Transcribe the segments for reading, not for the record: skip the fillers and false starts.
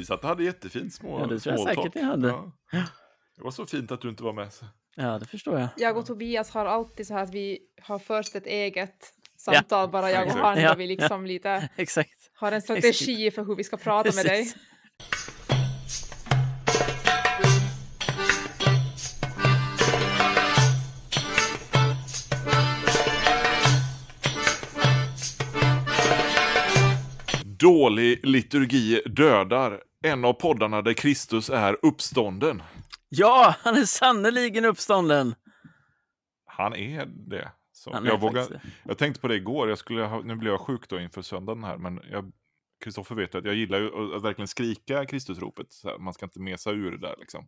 Vi satt och hade jättefint Ja, det tror jag säkert ni hade. Ja. Det var så fint att du inte var med. Ja, det förstår jag. Jag och Tobias har alltid så här att vi har först ett eget samtal, bara jag och han, Ja. och vi liksom lite Exakt. har en strategi för hur vi ska prata med dig. Precis. Dålig liturgi dödar. En av poddarna där Kristus är uppstånden. Ja, han är sannoliken uppstånden. Han är det. Så Han är jag tänkte på det igår. Nu blev jag sjuk då inför söndagen här. Men Kristoffer vet att jag gillar ju att verkligen skrika Kristusropet. Så här, man ska inte mesa ur det där liksom.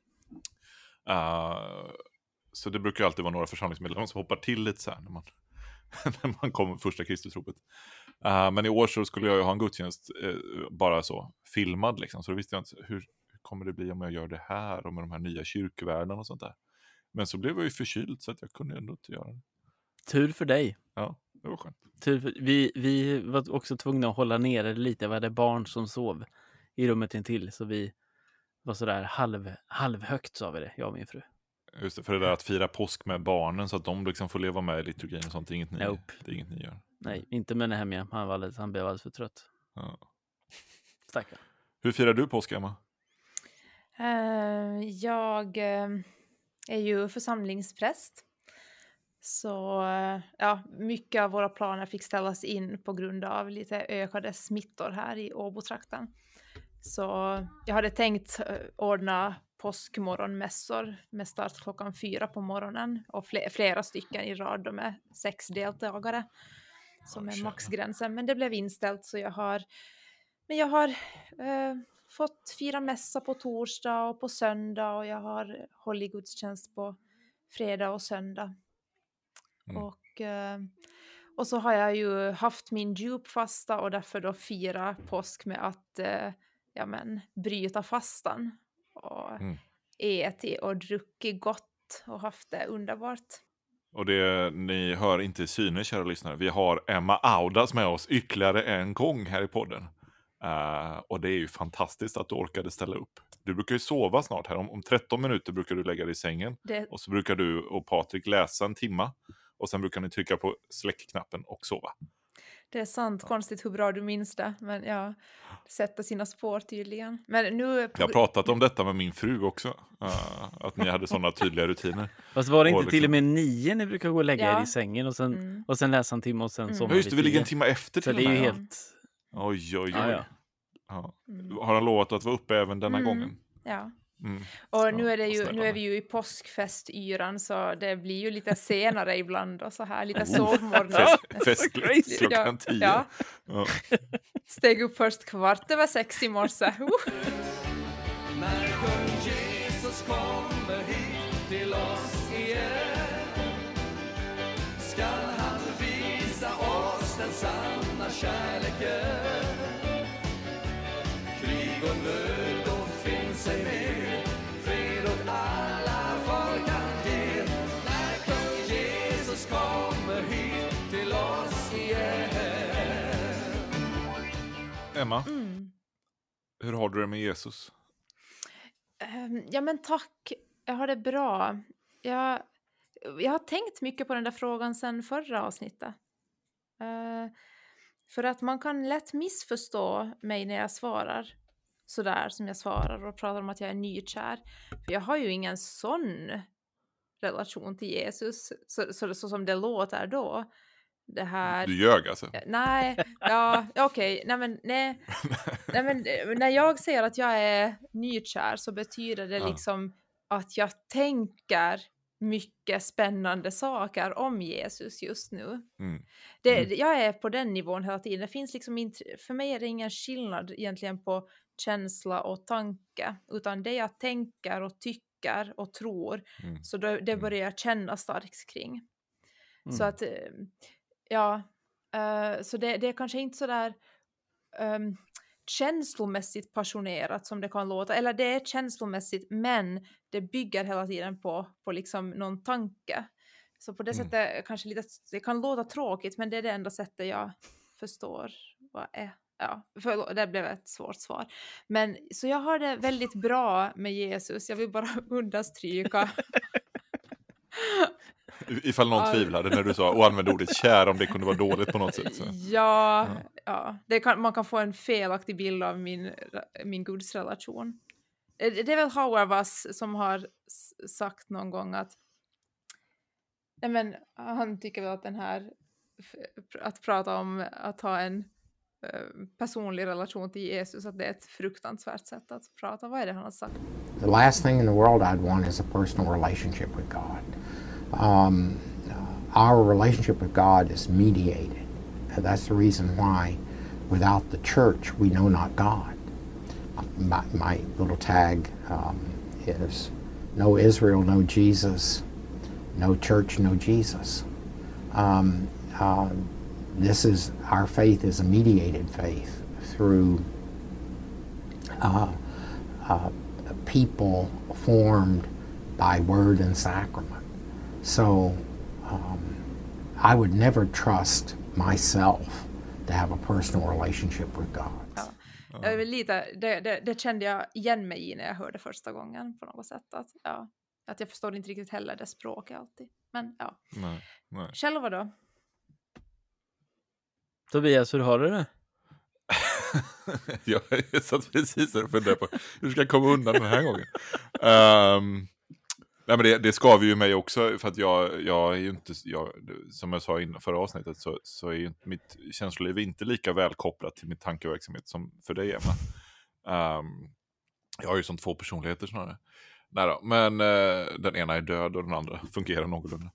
Så det brukar alltid vara några församlingsmedlemmar som hoppar till lite så här när man kommer första Kristusropet. Men i år så skulle jag ju ha en gudstjänst bara så filmad liksom. Så då visste jag inte hur kommer det bli om jag gör det här och med de här nya kyrkvärldarna och sånt där. Men så blev jag ju förkyld så att jag kunde ändå inte göra det. Tur för dig. Ja, det var skönt. Vi var också tvungna att hålla nere det lite. Vi hade barn som sov i rummet intill, så vi var sådär halvhögt, sa vi det, jag och min fru. Just det, för det där att fira påsk med barnen så att de liksom får leva med i liturgin och sånt, det är inget ni gör. Nej, inte med Nehemja. Han blev alldeles för trött. Ja. Stackare. Hur firar du påsk, Emma? Jag är ju församlingspräst. Så ja, mycket av våra planer fick ställas in på grund av lite ökade smittor här i Åbo-trakten. Så jag hade tänkt ordna påskmorgonmässor med start klockan 4 på morgonen. Och flera stycken i rad, de är 6 deltagare som är maxgränsen. Men det blev inställt, så jag har fått fira mässa på torsdag och på söndag. Och jag har hållit gudstjänst på fredag och söndag. Och så har jag ju haft min djupfasta och därför då fira påsk med att bryta fastan och ätit och druckit gott och haft det underbart. Och det ni hör inte i syne, kära lyssnare. Vi har Emma Audas med oss ytterligare en gång här i podden. Och det är ju fantastiskt att du orkade ställa upp. Du brukar ju sova snart här. Om 13 minuter brukar du lägga dig i sängen. Och så brukar du och Patrik läsa en timma. Och sen brukar ni trycka på släckknappen och sova. Det är sant, konstigt hur bra du minns det. Men ja, sätter sina spår tydligen. Men nu jag har pratat om detta med min fru också. Att ni hade sådana tydliga rutiner. Fast var det inte till och med 9 ni brukar gå och lägga er i sängen och sen läsa en timme och sen somna. Ja, just det, vi ligger en timme efter till och med. Så det är ju helt... Oj. Ja. Har han lovat att vara uppe även denna gången? Ja. Och nu är vi ju i påskfestyran, så det blir ju lite senare ibland och så här, lite sovmorgon. Festligt, klockan 10. Ja. Steg upp först 6:15 i morse. När kung Jesus kommer hit till oss igen, skall han visa oss den sanna kärleken. Krig och nöd då finns ej mer, fred åt alla folk han ger. När kung Jesus kommer hit till oss igen. Emma, hur har du det med Jesus? Ja men tack, jag har det bra. Jag har tänkt mycket på den där frågan sedan förra avsnittet. För att man kan lätt missförstå mig när jag svarar sådär som jag svarar och pratar om att jag är nykär. För jag har ju ingen sån relation till Jesus så som det låter då. Det här... Du ljög alltså? Nej, ja, okej. Nej, men när jag säger att jag är nykär så betyder det liksom att jag tänker mycket spännande saker om Jesus just nu. Jag är på den nivån hela tiden. Det finns liksom inte, för mig är det ingen skillnad egentligen på känsla och tanke, utan det jag tänker och tycker och tror, så det börjar jag känna starkt kring. Så att så det är kanske inte så där känslomässigt passionerat som det kan låta, eller det är känslomässigt, men det bygger hela tiden på liksom någon tanke. Så på det sättet kanske lite, det kan låta tråkigt, men det är det enda sättet jag förstår vad är Förlåt, det blev ett svårt svar. Men så jag har det väldigt bra med Jesus. Jag vill bara understryka. Ifall någon tvivlade när du sa och använde ordet kär, om det kunde vara dåligt på något sätt. Så. Ja. Man kan få en felaktig bild av min gudsrelation. Det är väl Hauerwas som har sagt någon gång att han tycker väl att den här att prata om att ha en personlig relation till Jesus, att det är ett fruktansvärt sätt att prata. Vad är det han har sagt? The last thing in the world I'd want is a personal relationship with God. Our relationship with God is mediated. That's the reason why without the church we know not God. My little tag is no Israel, no Jesus, no church, no Jesus. Our faith is a mediated faith through people formed by word and sacrament. So I would never trust myself to have a personal relationship with God. Det kände jag igen mig i när jag hörde första gången på något sätt. Att jag förstår inte riktigt heller det språket alltid. Men ja. Nej. Själva då? Tobias, hur har du det? Jag satt precis och funderade på hur ska jag komma undan den här gången. Nej, men det ska vi ju mig också, för att jag är ju inte, som jag sa innan förra avsnittet, så är ju mitt känsloliv inte lika väl kopplat till min tankeverksamhet som för dig, Emma. Jag har ju som 2 personligheter snarare. Nej då, men den ena är död och den andra fungerar någorlunda.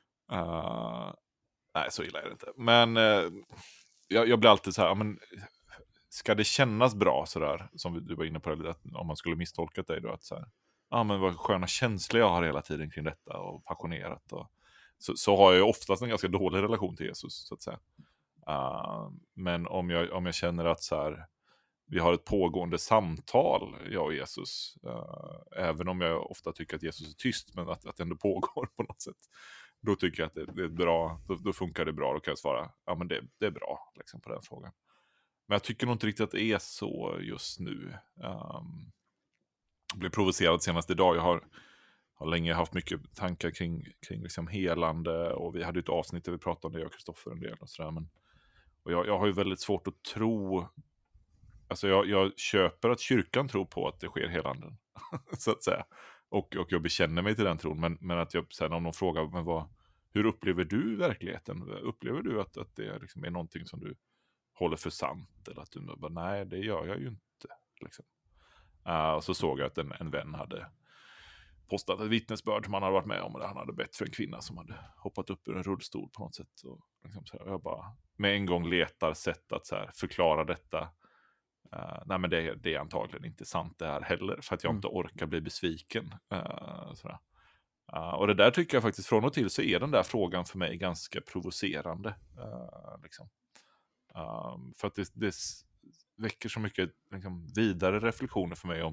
Nej, så illa är det inte. Men jag blir alltid så här, men ska det kännas bra sådär, som du var inne på det, att om man skulle misstolkat dig då, att så här, men vad sköna känslor jag har hela tiden kring detta och passionerat. Och, så har jag oftast en ganska dålig relation till Jesus, så att säga. Men om jag känner att så här, vi har ett pågående samtal, jag och Jesus, även om jag ofta tycker att Jesus är tyst, men att det ändå pågår på något sätt, då tycker jag att det är bra, då funkar det bra, då kan jag svara, men det är bra liksom, på den frågan. Men jag tycker nog inte riktigt att det är så just nu. Jag blev provocerad senast idag. Jag har länge haft mycket tankar kring liksom helande, och vi hade ett avsnitt där vi pratade om det, jag och Kristoffer en del och sådär, och jag har ju väldigt svårt att tro, alltså jag köper att kyrkan tror på att det sker helanden så att säga, och jag bekänner mig till den tron, men att jag sen, om någon frågar, men hur upplever du verkligheten? Upplever du att det liksom är någonting som du håller för sant, eller att du bara, nej, det gör jag ju inte liksom. Och så såg jag att en vän hade postat ett vittnesbörd som han hade varit med om, och där han hade bett för en kvinna som hade hoppat upp ur en rullstol på något sätt. Och liksom så här, jag bara med en gång letar sätt att så här förklara detta. Nej, men det är antagligen inte sant det här heller, för att jag inte orkar bli besviken. Sådär. Och det där tycker jag faktiskt, från och till så är den där frågan för mig ganska provocerande. Liksom. För att det väcker så mycket liksom, vidare reflektioner för mig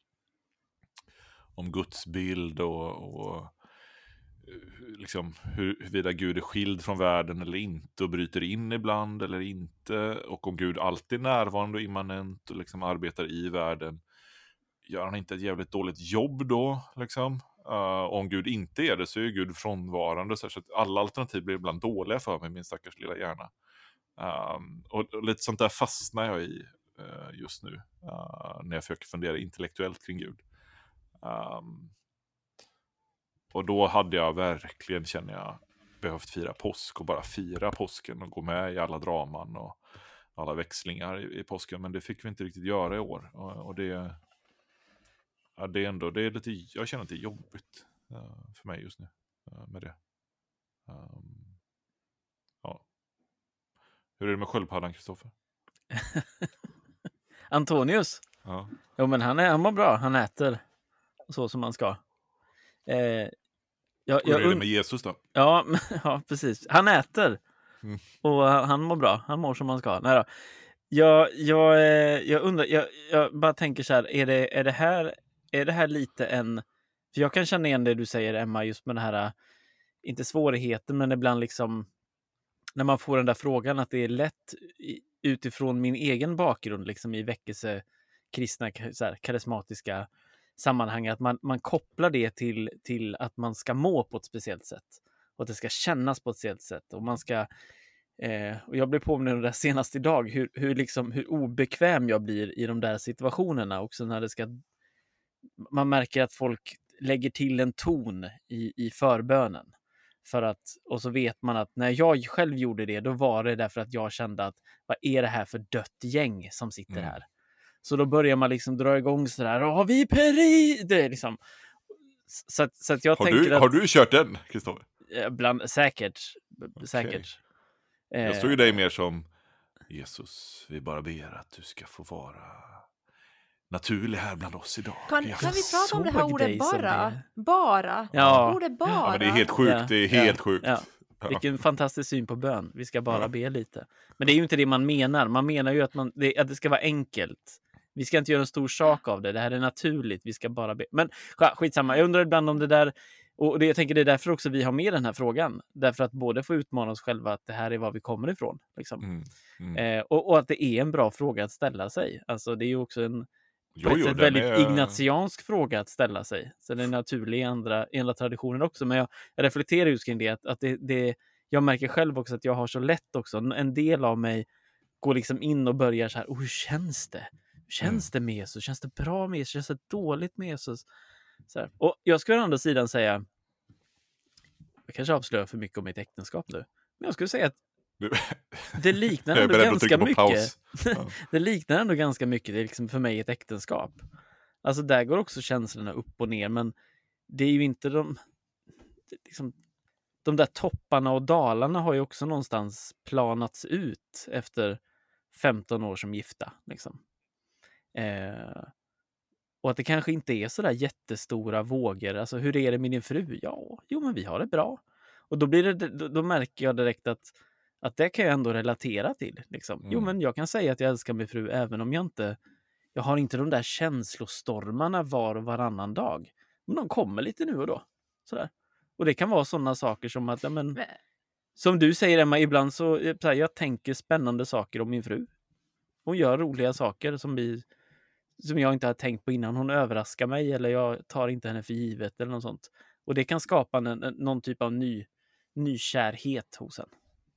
om Guds bild och liksom huruvida Gud är skild från världen eller inte, och bryter in ibland eller inte, och om Gud alltid är närvarande och immanent och liksom arbetar i världen, gör han inte ett jävligt dåligt jobb då liksom? Om Gud inte är det, så är Gud frånvarande, så att alla alternativ blir ibland dåliga för mig, min stackars lilla hjärna. Och lite sånt där fastnar jag i just nu, när jag försöker fundera intellektuellt kring Gud. Och då hade jag verkligen, känner jag, behövt fira påsk, och bara fira påsken och gå med i alla draman och alla växlingar i påsken, men det fick vi inte riktigt göra i år, och det är lite, jag känner att det är jobbigt för mig just nu med det. Ja. Hur är det med sköldpaddan, Kristoffer? Antonius? Ja. Jo, men han mår bra. Han äter så som man ska. Hur är det med Jesus då? Ja, ja, precis. Han äter. Och han mår bra. Han mår som man ska. Nej då. Jag undrar, jag bara tänker så här, är det här lite en... För jag kan känna igen det du säger, Emma, just med det här, inte svårigheten, men ibland liksom när man får den där frågan, att det är lätt utifrån min egen bakgrund liksom i väckelse kristna så här, karismatiska sammanhang, att man kopplar det till att man ska må på ett speciellt sätt och att det ska kännas på ett speciellt sätt, och man ska och jag blev påmind om det senast idag hur obekväm jag blir i de där situationerna också, när det ska, man märker att folk lägger till en ton i förbönen. Och så vet man att när jag själv gjorde det, då var det därför att jag kände att vad är det här för dött gäng som sitter här? Så då börjar man liksom dra igång sådär, har vi det är liksom, så att jag tänker att... Har du kört den, Kristoffer? Säkert. Jag såg ju dig mer som Jesus, vi bara ber att du ska få vara naturlig här bland oss idag. Kan vi prata om det här ordet bara? Ja. Ordet bara. Ja, men det är helt sjukt, Ja. det är helt sjukt. Ja. Vilken fantastisk syn på bön. Vi ska bara be lite. Men det är ju inte det man menar. Man menar ju att det ska vara enkelt. Vi ska inte göra en stor sak av det. Det här är naturligt. Vi ska bara be. Men skitsamma. Jag undrar ibland om det där. Och jag tänker det är därför också vi har med den här frågan. Därför att både få utmana oss själva att det här är var vi kommer ifrån. Liksom. Och att det är en bra fråga att ställa sig. Alltså det är ju också en väldigt ignatiansk fråga att ställa sig. Så det är naturlig i andra traditioner också. Men jag reflekterar just kring det. Att det jag märker själv också att jag har så lätt också. En del av mig går liksom in och börjar så här. Hur känns det? Hur känns det med Jesus? Känns det bra med Jesus? Känns det dåligt med Jesus? Så här. Och jag skulle å andra sidan säga, jag kanske avslöjar för mycket om mitt äktenskap nu, men jag skulle säga att det liknar ändå ganska mycket. Det liknar ändå ganska mycket. Det är liksom för mig ett äktenskap. Alltså där går också känslorna upp och ner, men det är ju inte de där topparna och dalarna har ju också någonstans planats ut efter 15 år som gifta liksom. Och att det kanske inte är så där jättestora vågor. Alltså hur är det med din fru? Men vi har det bra. Och då märker jag direkt att det kan jag ändå relatera till. Liksom. Jo, men jag kan säga att jag älskar min fru även om jag har inte de där känslostormarna var och varannan dag. Men de kommer lite nu och då. Sådär. Och det kan vara sådana saker som att, som du säger Emma, ibland så jag tänker spännande saker om min fru. Hon gör roliga saker som jag inte har tänkt på innan. Hon överraskar mig eller jag tar inte henne för givet eller något sånt. Och det kan skapa någon typ av nykärhet hos en.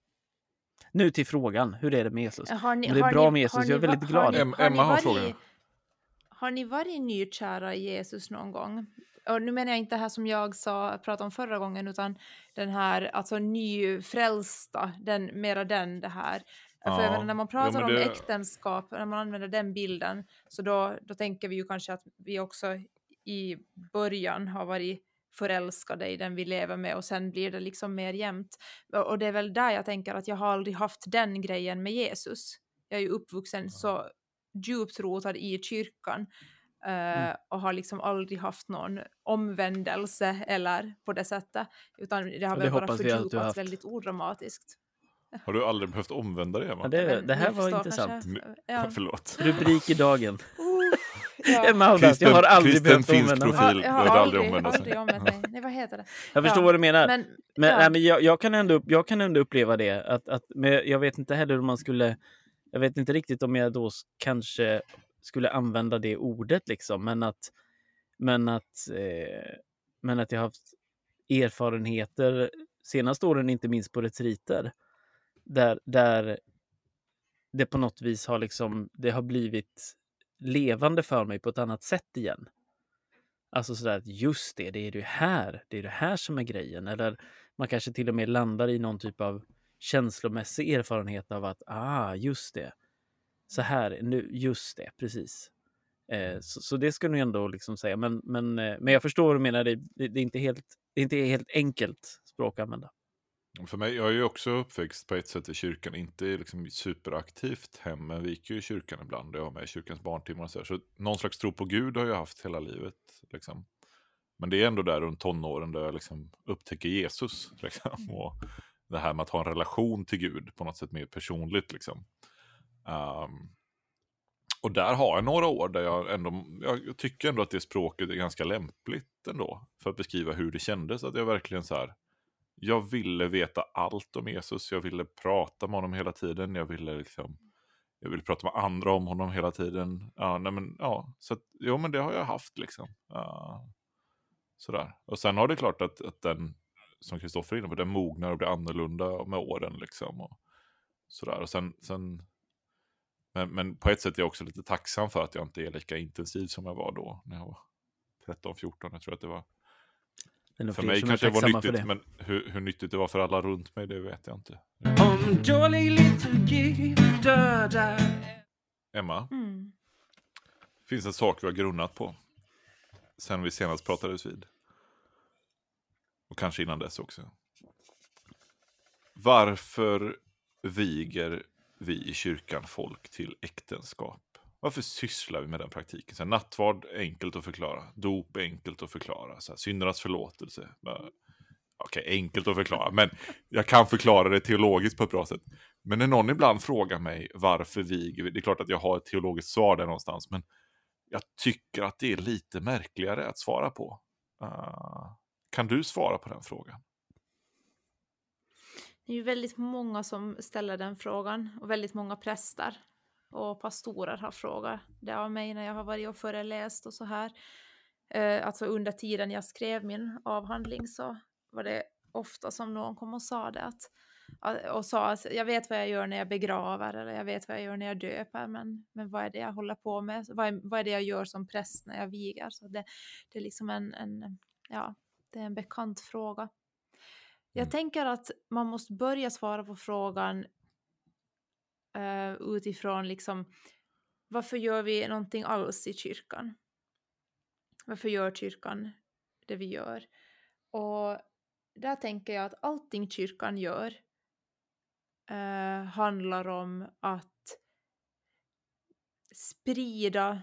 Nu till frågan, hur är det med Jesus? Om det är bra med Jesus, jag är väldigt glad. Emma har frågan. Har ni varit nykära i Jesus någon gång? Och nu menar jag inte det här som jag pratade om förra gången, utan den här alltså nyfrälsta, det här. För jag menar, när man pratar om äktenskap, när man använder den bilden, så då tänker vi ju kanske att vi också i början har varit förälskade i den vi lever med och sen blir det liksom mer jämnt. Och det är väl där jag tänker att jag har aldrig haft den grejen med Jesus. Jag är ju uppvuxen så djupt rotad i kyrkan och har liksom aldrig haft någon omvändelse eller på det sättet, utan det har väl bara fördjupats väldigt odramatiskt. Har du aldrig behövt omvända dig, Emma? Ja, det här var intressant. Förlåt. Rubrik i dagen. Emma, jag har aldrig behövt omvända mig. Profil. Jag har aldrig omvänt mig. Nej, vad heter det? Jag förstår vad du menar. Men jag kan ändå uppleva det. Men jag vet inte heller om man skulle... Jag vet inte riktigt om jag då kanske skulle använda det ordet liksom. Men att jag har haft erfarenheter senaste åren, inte minst på retriter, där det på något vis har liksom, det har blivit levande för mig på ett annat sätt igen. Alltså sådär att just det är det här som är grejen. Eller man kanske till och med landar i någon typ av känslomässig erfarenhet av att just det. Så här, nu, just det, precis. Så det ska nog ändå liksom säga. Men jag förstår vad du menar, det är inte helt enkelt språk att använda. För mig, jag är ju också uppväxt på ett sätt i kyrkan, inte liksom superaktivt hem, men vi gick ju i kyrkan ibland, jag har med kyrkans barntimmar och så någon slags tro på Gud har jag haft hela livet liksom. Men det är ändå där runt tonåren där jag liksom upptäcker Jesus liksom. Och det här med att ha en relation till Gud på något sätt mer personligt liksom. Och där har jag några år där jag tycker ändå att det språket är ganska lämpligt ändå för att beskriva hur det kändes, att jag verkligen så här, jag ville veta allt om Jesus, jag ville prata med honom hela tiden, jag ville liksom Jag vill prata med andra om honom hela tiden. Ja, nej men, ja. Så att, jo, men det har jag haft liksom. Sådär. Och sen har det klart att den, som Kristoffer är inne på, den mognar och blir annorlunda med åren liksom. Och sådär. Och sen men på ett sätt är jag också lite tacksam för att jag inte är lika intensiv som jag var då. När jag var 13-14, jag tror att det var. För mig kanske det var nyttigt, men hur nyttigt det var för alla runt mig, det vet jag inte. Emma, finns en sak vi har grunnat på sen vi senast pratades vid. Och kanske innan dess också. Varför viger vi i kyrkan folk till äktenskap? Varför sysslar vi med den praktiken? Så här, nattvard är enkelt att förklara. Dop är enkelt att förklara. Så här, syndernas förlåtelse. Okej, enkelt att förklara. Men jag kan förklara det teologiskt på ett bra sätt. Men när någon ibland frågar mig varför viger vi, det är klart att jag har ett teologiskt svar där någonstans. Men jag tycker att det är lite märkligare att svara på. Kan du svara på den frågan? Det är ju väldigt många som ställer den frågan. Och väldigt många präster och pastorer har frågat det av mig när jag har varit och föreläst och så här. Alltså under tiden jag skrev min avhandling så var det ofta som någon kom och sa det och sa att jag vet vad jag gör när jag begraver eller jag vet vad jag gör när jag döper, men vad är det jag håller på med? Vad är det jag gör som präst när jag vigar? Så det är liksom det är en bekant fråga. Jag tänker att man måste börja svara på frågan utifrån liksom, varför gör vi någonting alls i kyrkan? Varför gör kyrkan det vi gör? Och där tänker jag att allting kyrkan gör handlar om att sprida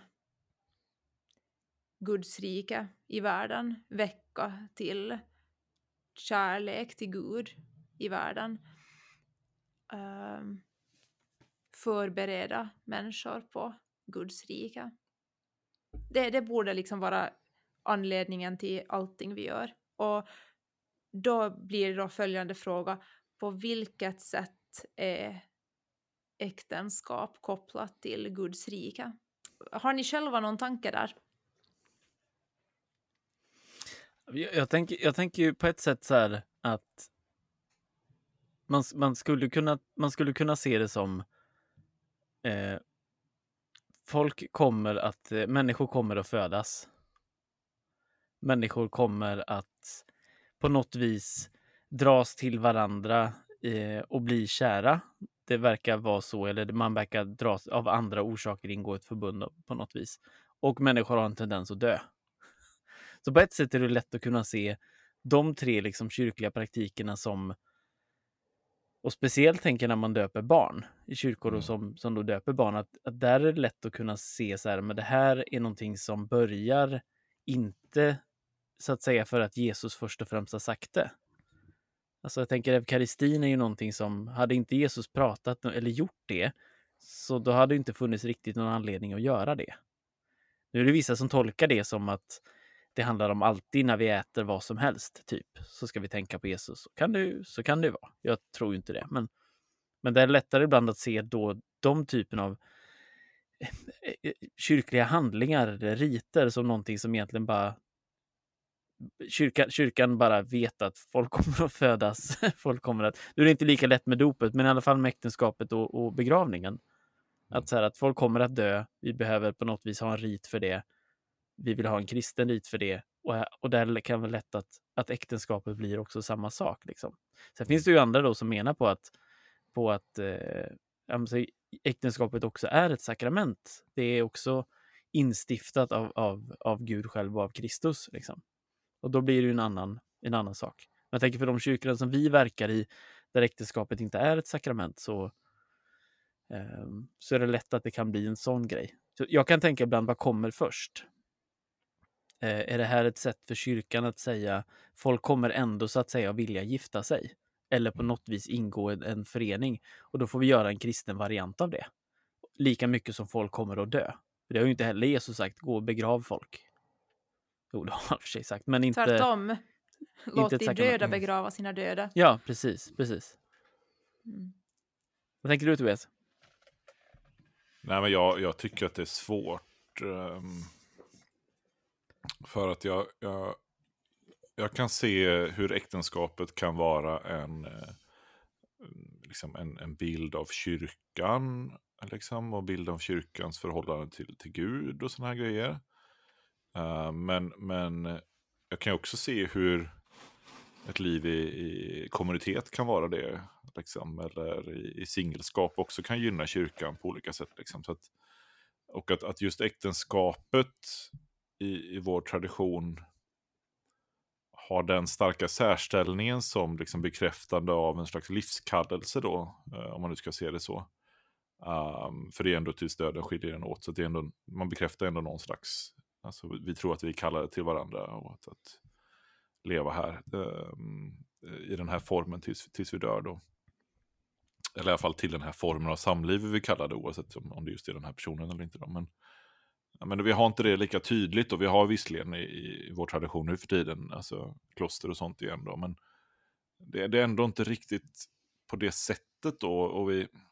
Guds rike i världen, väcka till kärlek till Gud i världen, förbereda människor på Guds rike. Det borde liksom vara anledningen till allting vi gör. Och då blir det då följande fråga: på vilket sätt är äktenskap kopplat till Guds rike? Har ni själva någon tanke där? Jag tänker ju på ett sätt så här att man skulle kunna se det som människor kommer att födas. Människor kommer att på något vis dras till varandra och bli kära. Det verkar vara så, eller man verkar dras av andra orsaker, ingå ett förbund på något vis. Och människor har en tendens att dö. Så på ett sätt är det lätt att kunna se de tre liksom kyrkliga praktikerna som, och speciellt tänker när man döper barn i kyrkor och som då döper barn, att där är det lätt att kunna se så här, men det här är någonting som börjar inte så att säga för att Jesus först och främst har sagt det. Alltså jag tänker eukaristin är ju någonting som, hade inte Jesus pratat eller gjort det, så då hade det inte funnits riktigt någon anledning att göra det. Nu är det vissa som tolkar det som att det handlar om alltid när vi äter vad som helst, typ. Så ska vi tänka på Jesus. Så kan det vara. Jag tror inte det. Men det är lättare ibland att se då de typen av kyrkliga handlingar, riter, som någonting som egentligen bara kyrkan bara vet att folk kommer att födas. Nu är det inte lika lätt med dopet, men i alla fall med äktenskapet och begravningen. Att så här, att folk kommer att dö. Vi behöver på något vis ha en rit för det. Vi vill ha en kristen rit för det. Och där kan vara lätt att äktenskapet blir också samma sak. Liksom. Sen finns det ju andra då som menar på att äktenskapet också är ett sakrament. Det är också instiftat av Gud själv och av Kristus. Liksom. Och då blir det ju en annan sak. Men jag tänker för de kyrkorna som vi verkar i, där äktenskapet inte är ett sakrament, så är det lätt att det kan bli en sån grej. Så jag kan tänka ibland, vad kommer först? Är det här ett sätt för kyrkan att säga folk kommer ändå så att säga vilja gifta sig eller på något vis ingå i en förening, och då får vi göra en kristen variant av det. Lika mycket som folk kommer att dö. För det har ju inte heller Jesus sagt, gå och begrav folk. Jo, det har han för sig sagt, men inte... Tvärtom. Låt inte de döda begrava sina döda. Ja, precis. Vad tänker du, Tobias? Nej, men jag tycker att det är svårt. För att jag kan se hur äktenskapet kan vara en bild av kyrkan. Liksom, och bild av kyrkans förhållande till Gud och såna här grejer. Men jag kan också se hur ett liv i kommunitet kan vara det. Liksom, eller i singelskap också kan gynna kyrkan på olika sätt. Liksom. Så att just äktenskapet i vår tradition har den starka särställningen som liksom bekräftande av en slags livskallelse då, om man nu ska se det så. För det är ändå tills döden skiljer den åt, så det är ändå, man bekräftar ändå någon slags, alltså vi tror att vi kallar det till varandra och att leva här i den här formen tills vi dör då. Eller i alla fall till den här formen av samliv vi kallar det, oavsett om det just är den här personen eller inte då. Men vi har inte det lika tydligt, och vi har visserligen i vår tradition nu för tiden, alltså kloster och sånt igen då, men det är ändå inte riktigt på det sättet då, och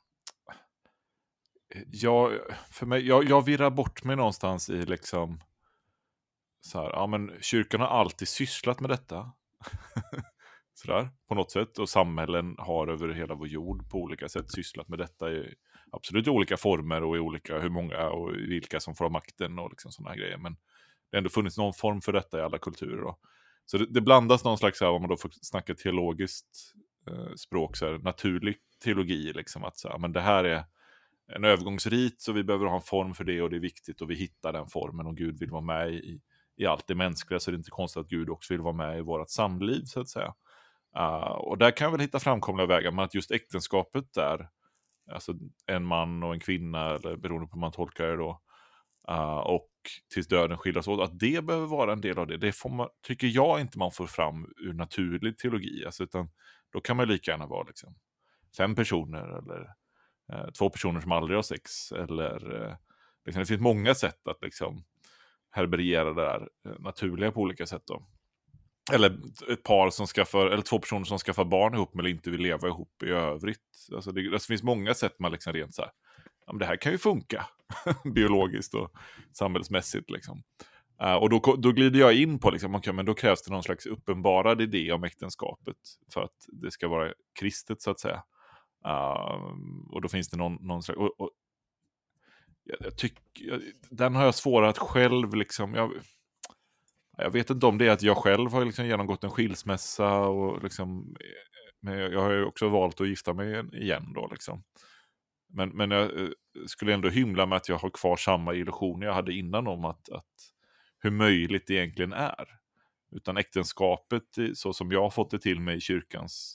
jag virrar bort mig någonstans i liksom så här, ja men kyrkan har alltid sysslat med detta. Sådär, på något sätt, och samhällen har över hela vår jord på olika sätt sysslat med detta i absolut olika former och i olika, hur många och vilka som får makten och liksom sådana här grejer, men det har ändå funnits någon form för detta i alla kulturer då. Så det blandas någon slags, om man då får snacka teologiskt språk, så här, naturlig teologi liksom, att så här, men det här är en övergångsrit, så vi behöver ha en form för det och det är viktigt, och vi hittar den formen, och Gud vill vara med i allt det mänskliga, så det är inte konstigt att Gud också vill vara med i vårt samliv så att säga. Och där kan jag väl hitta framkomliga vägar, men att just äktenskapet där, alltså en man och en kvinna, eller beroende på hur man tolkar det då, och tills döden skiljas åt, att det behöver vara en del av det får man, tycker jag inte man får fram ur naturlig teologi, alltså, utan då kan man lika gärna vara liksom 5 personer eller 2 personer som aldrig har sex, eller liksom, det finns många sätt att liksom härbärgera det där naturliga på olika sätt då. Eller ett par som skaffar, eller 2 personer som skaffar barn ihop men inte vill leva ihop i övrigt. Alltså det finns många sätt man liksom rent så här, ja, men det här kan ju funka biologiskt och samhällsmässigt liksom. Och då glider jag in på liksom, okay, men då krävs det någon slags uppenbarad idé om äktenskapet för att det ska vara kristet så att säga. Och då finns det någon slags, och jag tycker, den har jag svårare att själv liksom, jag vet inte om det är att jag själv har liksom genomgått en skilsmässa och liksom, men jag har ju också valt att gifta mig igen då liksom. Men jag skulle ändå hymla med att jag har kvar samma illusioner jag hade innan om att hur möjligt det egentligen är. Utan äktenskapet, så som jag har fått det till mig i kyrkans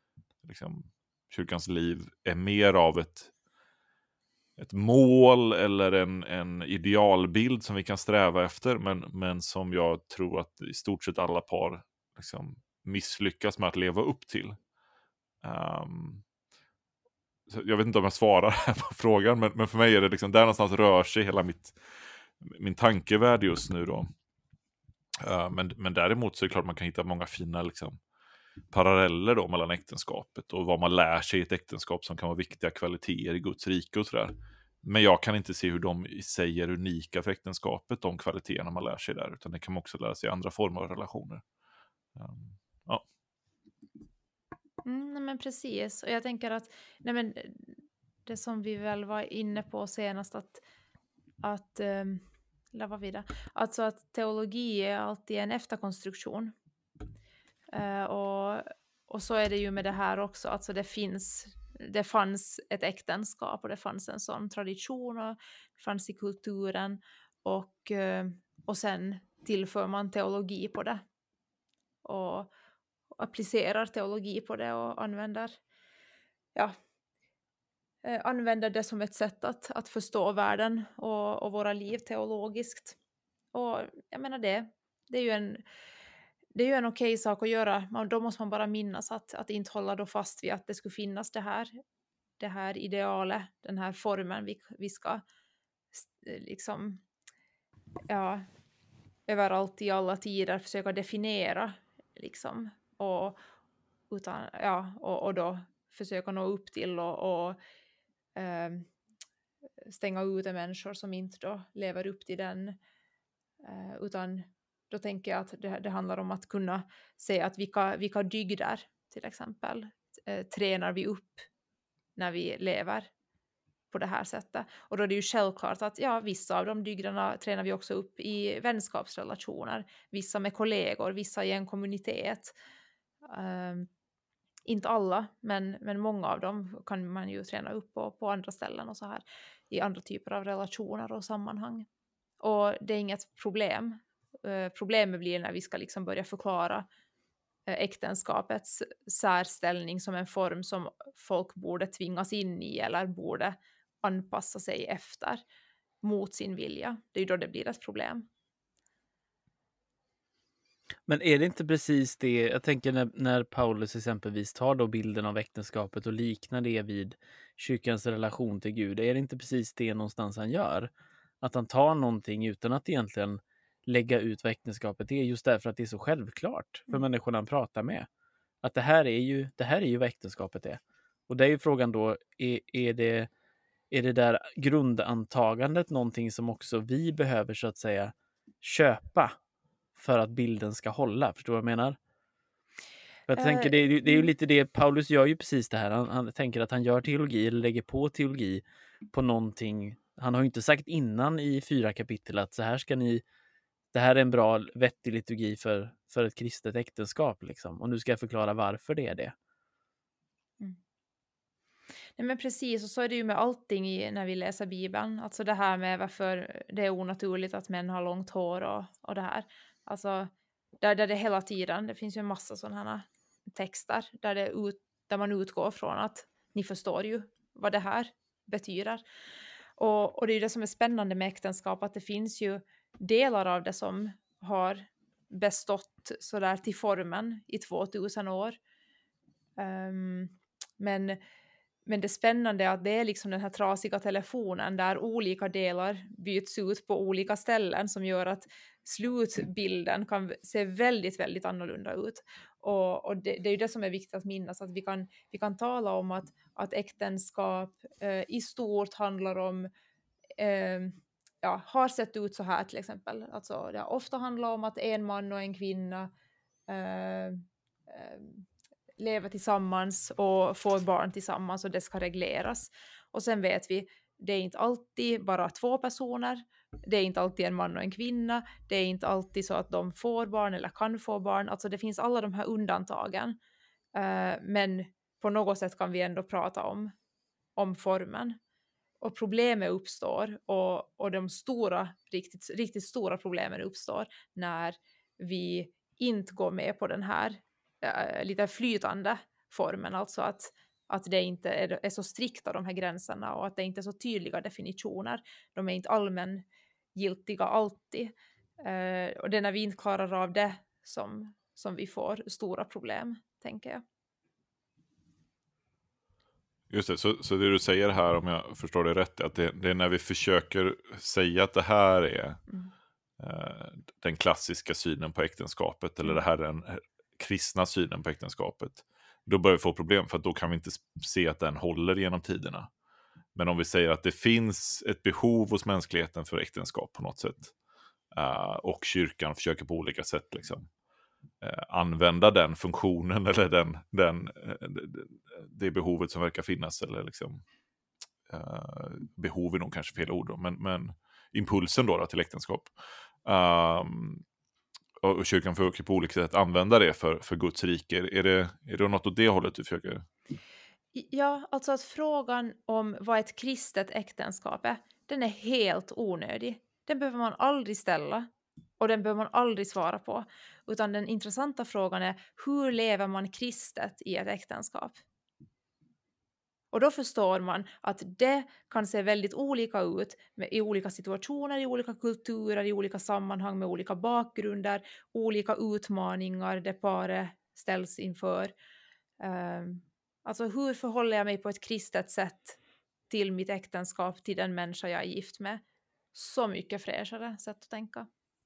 liv, är mer av ett mål eller en idealbild som vi kan sträva efter, men som jag tror att i stort sett alla par liksom misslyckas med att leva upp till. Så jag vet inte om jag svarar här på frågan, men för mig är det liksom, där någonstans rör sig hela min tankevärld just nu då. Men däremot så är det klart man kan hitta många fina liksom paralleller då mellan äktenskapet och vad man lär sig i ett äktenskap som kan vara viktiga kvaliteter i Guds rike och sådär. Men jag kan inte se hur de i sig är unika för äktenskapet, de kvaliteterna man lär sig där, utan det kan man också lära sig i andra former av relationer. Ja. Men precis, och jag tänker att det som vi väl var inne på senast, att alltså att teologi är alltid en efterkonstruktion. Och så är det ju med det här också, alltså det fanns ett äktenskap och det fanns en sån tradition och det fanns i kulturen, och sen tillför man teologi på det och applicerar teologi på det och använder det som ett sätt att förstå världen och våra liv teologiskt. Och jag menar det är ju en okej sak att göra. Då måste man bara minnas att inte hålla då fast vid att det skulle finnas det här idealet, den här formen vi ska liksom överallt i alla tider försöka definiera liksom, och då försöka nå upp till och stänga ute människor som inte då lever upp till den. Utan då tänker jag att det handlar om att kunna se att vilka dygder till exempel tränar vi upp när vi lever på det här sättet. Och då är det ju självklart att vissa av de dygderna tränar vi också upp i vänskapsrelationer. Vissa med kollegor, vissa i en kommunitet. Inte alla, men många av dem kan man ju träna upp på andra ställen och så här. I andra typer av relationer och sammanhang. Och det är inget problem. Problemet blir när vi ska liksom börja förklara äktenskapets särställning som en form som folk borde tvingas in i eller borde anpassa sig efter mot sin vilja. Det är ju då det blir ett problem. Men är det inte precis det, jag tänker när Paulus exempelvis tar då bilden av äktenskapet och liknar det vid kyrkans relation till Gud, är det inte precis det någonstans han gör? Att han tar någonting utan att egentligen lägga ut vad äktenskapet är, just därför att det är så självklart för människorna han pratar med. Att det här är ju vad äktenskapet är. Och det är ju frågan då, är det där grundantagandet någonting som också vi behöver så att säga köpa för att bilden ska hålla? Förstår du vad jag menar? För jag tänker, det är ju lite det, Paulus gör ju precis det här. Han tänker att han gör teologi eller lägger på teologi på någonting. Han har ju inte sagt innan i 4 kapitel att så här ska ni, det här är en bra, vettig liturgi för ett kristet äktenskap liksom. Och nu ska jag förklara varför det är det. Nej, men precis, och så är det ju med allting när vi läser Bibeln. Alltså det här med varför det är onaturligt att män har långt hår och det här. Alltså där det hela tiden, det finns ju en massa sådana här texter där man utgår från att ni förstår ju vad det här betyder. Och det är ju det som är spännande med äktenskap, att det finns ju delar av det som har bestått sådär till formen i 2000 år. Men det spännande är att det är liksom den här trasiga telefonen där olika delar byts ut på olika ställen som gör att slutbilden kan se väldigt, väldigt annorlunda ut. Och det är ju det som är viktigt att minnas, att vi kan tala om att äktenskap i stort handlar om har sett ut så här till exempel. Alltså det har ofta handlat om att en man och en kvinna lever tillsammans och får barn tillsammans och det ska regleras. Och sen vet vi, det är inte alltid bara 2 personer. Det är inte alltid en man och en kvinna. Det är inte alltid så att de får barn eller kan få barn. Alltså det finns alla de här undantagen. Men på något sätt kan vi ändå prata om formen. Och problemet uppstår och de stora, riktigt stora problemen uppstår när vi inte går med på den här lite flytande formen, alltså att det inte är så strikta de här gränserna och att det inte är så tydliga definitioner. De är inte allmängiltiga alltid. Och det är när vi inte klarar av det som vi får stora problem, tänker jag. Just det, så det du säger här, om jag förstår det rätt, är att det är när vi försöker säga att det här är den klassiska synen på äktenskapet, eller det här är den kristna synen på äktenskapet, då börjar vi få problem, för att då kan vi inte se att den håller genom tiderna. Men om vi säger att det finns ett behov hos mänskligheten för äktenskap på något sätt, och kyrkan försöker på olika sätt liksom använda den funktionen eller det behovet som verkar finnas, eller liksom behov är nog kanske fel ord då, men impulsen då till äktenskap, och kyrkan försöker på olika sätt använda det för Guds rike. Är det något åt det hållet du försöker? Ja, alltså att frågan om vad ett kristet äktenskap är, den är helt onödig. Den behöver man aldrig ställa och den behöver man aldrig svara på. Utan den intressanta frågan är, hur lever man kristet i ett äktenskap? Och då förstår man att det kan se väldigt olika ut i olika situationer, i olika kulturer, i olika sammanhang med olika bakgrunder, olika utmaningar det paret ställs inför. Alltså hur förhåller jag mig på ett kristet sätt till mitt äktenskap, till den människa jag är gift med? Så mycket fräschare sätt att tänka.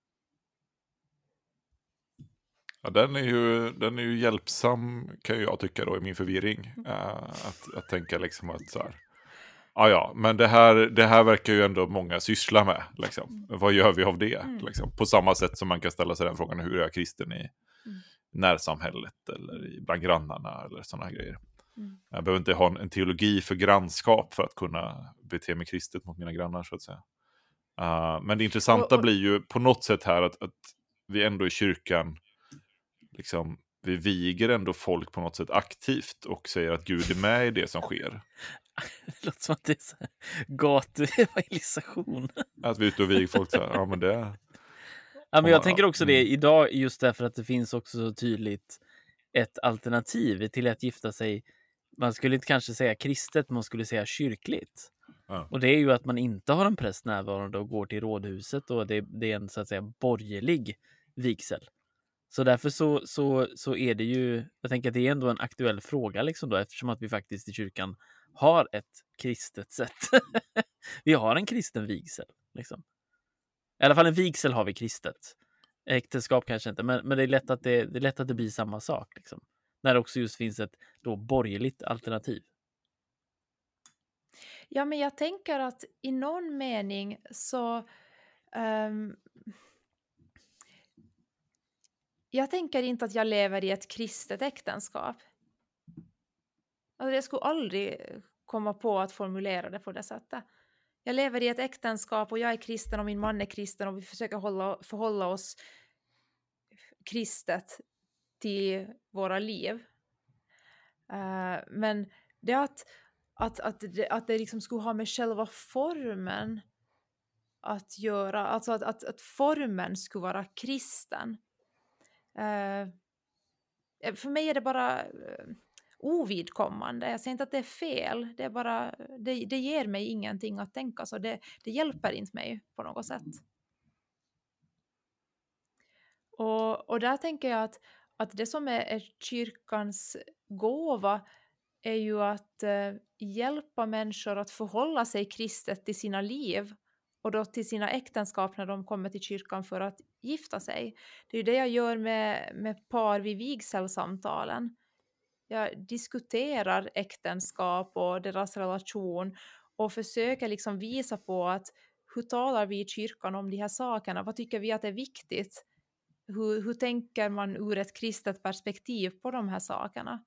Ja, den är ju hjälpsam, kan jag tycka då, i min förvirring. Att tänka liksom att så här, Ja, men det här verkar ju ändå många syssla med. Liksom. Vad gör vi av det? Liksom? På samma sätt som man kan ställa sig den frågan, hur är jag kristen i närsamhället eller bland grannarna eller sådana grejer. Jag behöver inte ha en teologi för grannskap för att kunna bete mig kristet mot mina grannar, så att säga. Men det intressanta blir ju på något sätt här att vi ändå i kyrkan liksom, vi viger ändå folk på något sätt aktivt och säger att Gud är med i det som sker. Det låter som att det är så här gatuevangelisation. Att vi är ute och viger folk så här, ja men det... Ja, men jag tänker också det idag, just därför att det finns också så tydligt ett alternativ till att gifta sig. Man skulle inte kanske säga kristet, man skulle säga kyrkligt. Ja. Och det är ju att man inte har en präst närvarande och går till rådhuset, och det är en så att säga borgerlig vigsel. Så därför så är det ju, jag tänker att det är ändå en aktuell fråga liksom då, eftersom att vi faktiskt i kyrkan har ett kristet sätt. Vi har en kristen vigsel liksom. I alla fall en vigsel har vi kristet. Äktenskap kanske inte, men det är lätt att det är lätt att det blir samma sak liksom. När det också just finns ett då borgerligt alternativ. Ja, men jag tänker att i någon mening så jag tänker inte att jag lever i ett kristet äktenskap. Alltså jag skulle aldrig komma på att formulera det på det sättet. Jag lever i ett äktenskap och jag är kristen och min man är kristen och vi försöker förhålla oss kristet till våra liv. Men det att det liksom skulle ha med själva formen att göra, alltså att formen skulle vara kristen. För mig är det bara ovidkommande. Jag säger inte att det är fel. Det är bara, det ger mig ingenting att tänka, så det hjälper inte mig på något sätt. Och där tänker jag att det som är kyrkans gåva är ju att hjälpa människor att förhålla sig kristet till sina liv och då till sina äktenskap när de kommer till kyrkan för att gifta sig. Det är ju det jag gör med par vid vigselsamtalen. Jag diskuterar äktenskap och deras relation och försöker liksom visa på att hur talar vi i kyrkan om de här sakerna? Vad tycker vi att är viktigt? Hur tänker man ur ett kristet perspektiv på de här sakerna?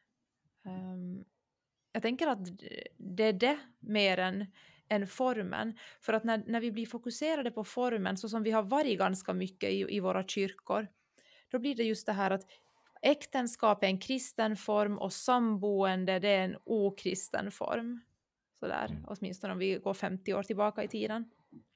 Jag tänker att det är det mer än formen. För att när vi blir fokuserade på formen, så som vi har varit ganska mycket i våra kyrkor, då blir det just det här att äktenskap är en kristen form och samboende det är en okristen form. Sådär, åtminstone om vi går 50 år tillbaka i tiden.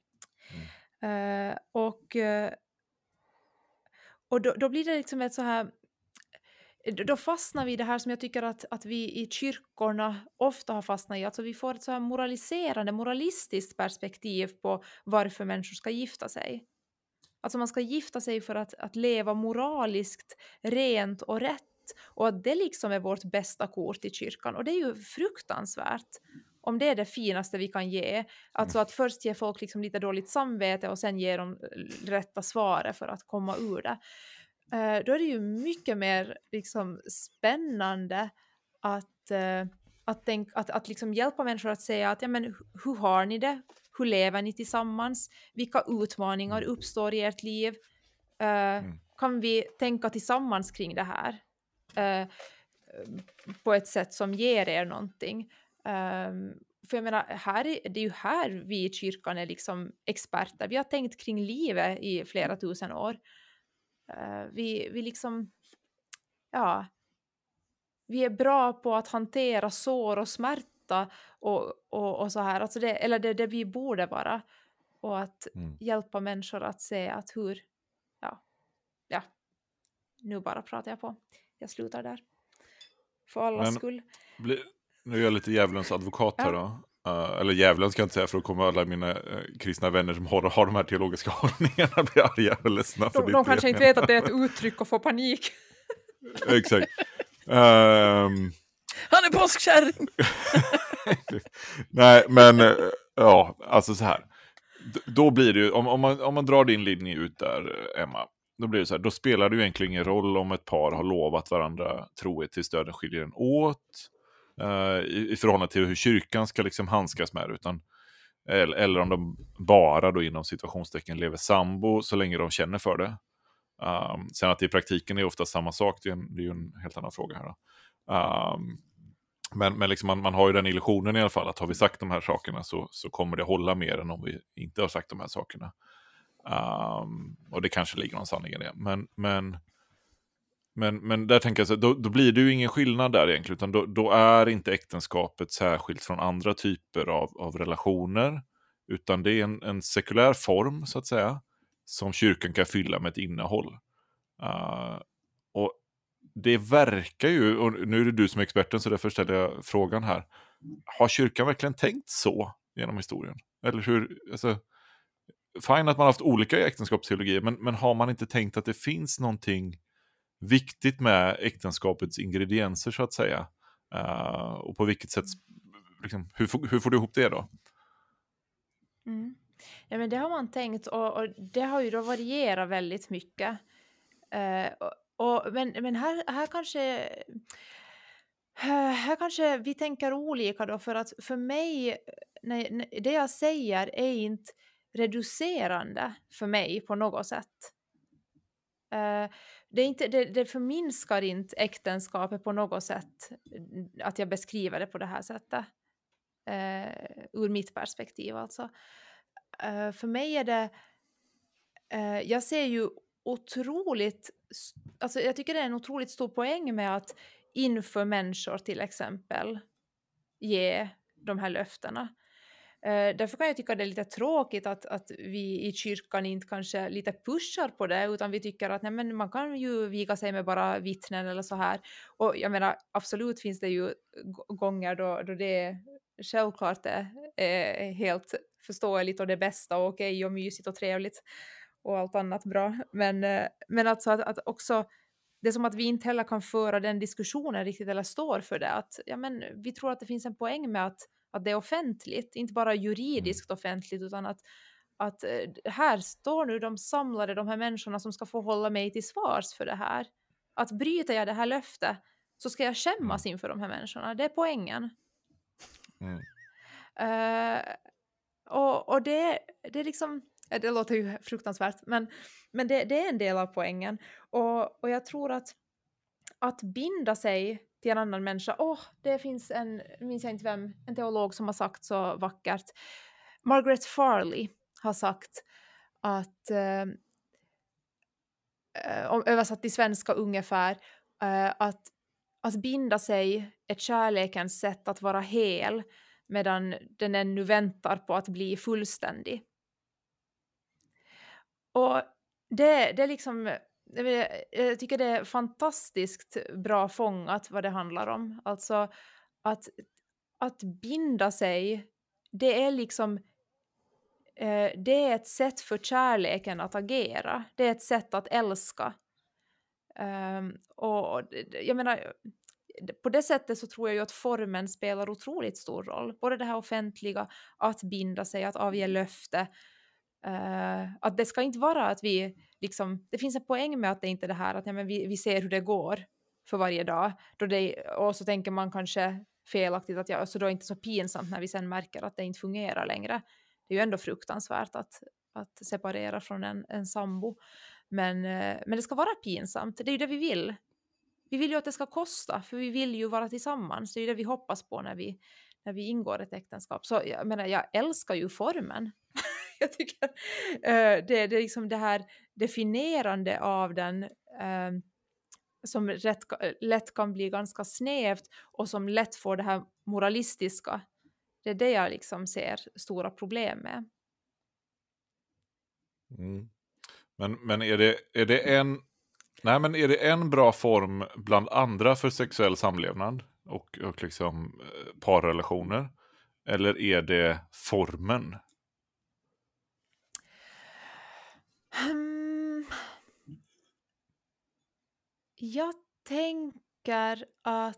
Och då blir det liksom ett så här, då fastnar vi i det här som jag tycker att vi i kyrkorna ofta har fastnat i. Alltså vi får ett så här moralistiskt perspektiv på varför människor ska gifta sig. Alltså man ska gifta sig för att leva moraliskt rent och rätt. Och att det liksom är vårt bästa kort i kyrkan. Och det är ju fruktansvärt om det är det finaste vi kan ge. Alltså att först ge folk liksom lite dåligt samvete och sen ge dem rätta svaret för att komma ur det. Då är det ju mycket mer liksom spännande att liksom hjälpa människor att säga att ja, men hur har ni det? Hur lever ni tillsammans? Vilka utmaningar uppstår i ert liv? Kan vi tänka tillsammans kring det här? På ett sätt som ger er någonting. För jag menar, det är ju här vi i kyrkan är liksom experter. Vi har tänkt kring livet i flera tusen år. Vi liksom, ja, vi är bra på att hantera sår och smärta och så här. Alltså det vi borde vara. Och att hjälpa människor att se att ja, nu bara pratar jag på. Jag slutar där. För allas skull. Nu är jag lite djävulens advokat här då. Eller djävulen ska jag inte säga, för då kommer alla mina kristna vänner som har de här teologiska hållningarna bli arga och ledsna. De kanske inte vet att det är ett uttryck och får panik. Exakt. Han är påskkärring! Nej, men ja, alltså så här. Då blir det ju, om man drar din linje ut där, Emma, då blir det så här, då spelar det ju egentligen ingen roll om ett par har lovat varandra trohet tills döden skiljer den åt. i förhållande till hur kyrkan ska liksom handskas med det, utan eller om de bara då inom situationstecken lever sambo så länge de känner för det. Sen att det i praktiken är ofta samma sak, det är ju en helt annan fråga här då. Men liksom man har ju den illusionen i alla fall att har vi sagt de här sakerna så kommer det hålla mer än om vi inte har sagt de här sakerna. Och det kanske ligger någon sanning i det. Men där tänker jag så då blir det ju ingen skillnad där egentligen, utan då är inte äktenskapet särskilt från andra typer av relationer, utan det är en sekulär form så att säga som kyrkan kan fylla med ett innehåll. Och det verkar ju, och nu är det du som är experten så därför ställer jag frågan här, har kyrkan verkligen tänkt så genom historien? Eller hur, alltså, fine att man har haft olika äktenskapsteologier, men har man inte tänkt att det finns någonting viktigt med äktenskapets ingredienser så att säga? Och på vilket sätt, liksom, hur får du ihop det då? Ja, men det har man tänkt och det har ju då varierat väldigt mycket. Men här kanske vi tänker olika då, för att för mig, det jag säger är inte reducerande för mig på något sätt. Det förminskar inte äktenskapet på något sätt att jag beskriver det på det här sättet. Ur mitt perspektiv alltså. För mig är det, jag ser ju jag tycker det är en otroligt stor poäng med att inför människor till exempel ge de här löftena. Därför kan jag tycka det är lite tråkigt att vi i kyrkan inte kanske lite pushar på det, utan vi tycker att nej, men man kan ju viga sig med bara vittnen eller så här. Och jag menar, absolut finns det ju gånger då det självklart är helt förståeligt och det bästa och okej och mysigt och trevligt och allt annat bra. Men alltså att också, det är som att vi inte heller kan föra den diskussionen riktigt eller står för det. Att, ja, men vi tror att det finns en poäng med att det är offentligt, inte bara juridiskt offentligt, utan att här står nu de samlade, de här människorna som ska få hålla mig till svars för det här. Att bryter jag det här löftet så ska jag skämmas inför de här människorna. Det är poängen. Och det är liksom, det låter ju fruktansvärt, men det är en del av poängen. Och jag tror att binda sig till en annan människa. Det finns minns jag inte vem, en teolog som har sagt så vackert. Margaret Farley har sagt att, översatt till svenska ungefär, att binda sig är kärlekens sätt att vara hel medan den ännu väntar på att bli fullständig. Och det är liksom, jag tycker det är fantastiskt bra fångat vad det handlar om. Alltså att binda sig, det är liksom, det är ett sätt för kärleken att agera. Det är ett sätt att älska. Och jag menar, på det sättet så tror jag ju att formen spelar otroligt stor roll. Både det här offentliga, att binda sig, att avge löfte. Att det ska inte vara att vi liksom, det finns en poäng med att det inte är det här att vi ser hur det går för varje dag. Och så tänker man kanske felaktigt att så då är det inte så pinsamt när vi sen märker att det inte fungerar längre. Det är ju ändå fruktansvärt att separera från en sambo. Men det ska vara pinsamt. Det är ju det vi vill. Vi vill ju att det ska kosta, för vi vill ju vara tillsammans. Det är ju det vi hoppas på när vi ingår ett äktenskap. Så jag menar, jag älskar ju formen. Jag tycker det är liksom det här definierande av den som lätt kan bli ganska snävt och som lätt får det här moralistiska. Det är det jag liksom ser stora problem med. Men är det en bra form bland andra för sexuell samlevnad och liksom parrelationer? Eller är det formen? Jag tänker att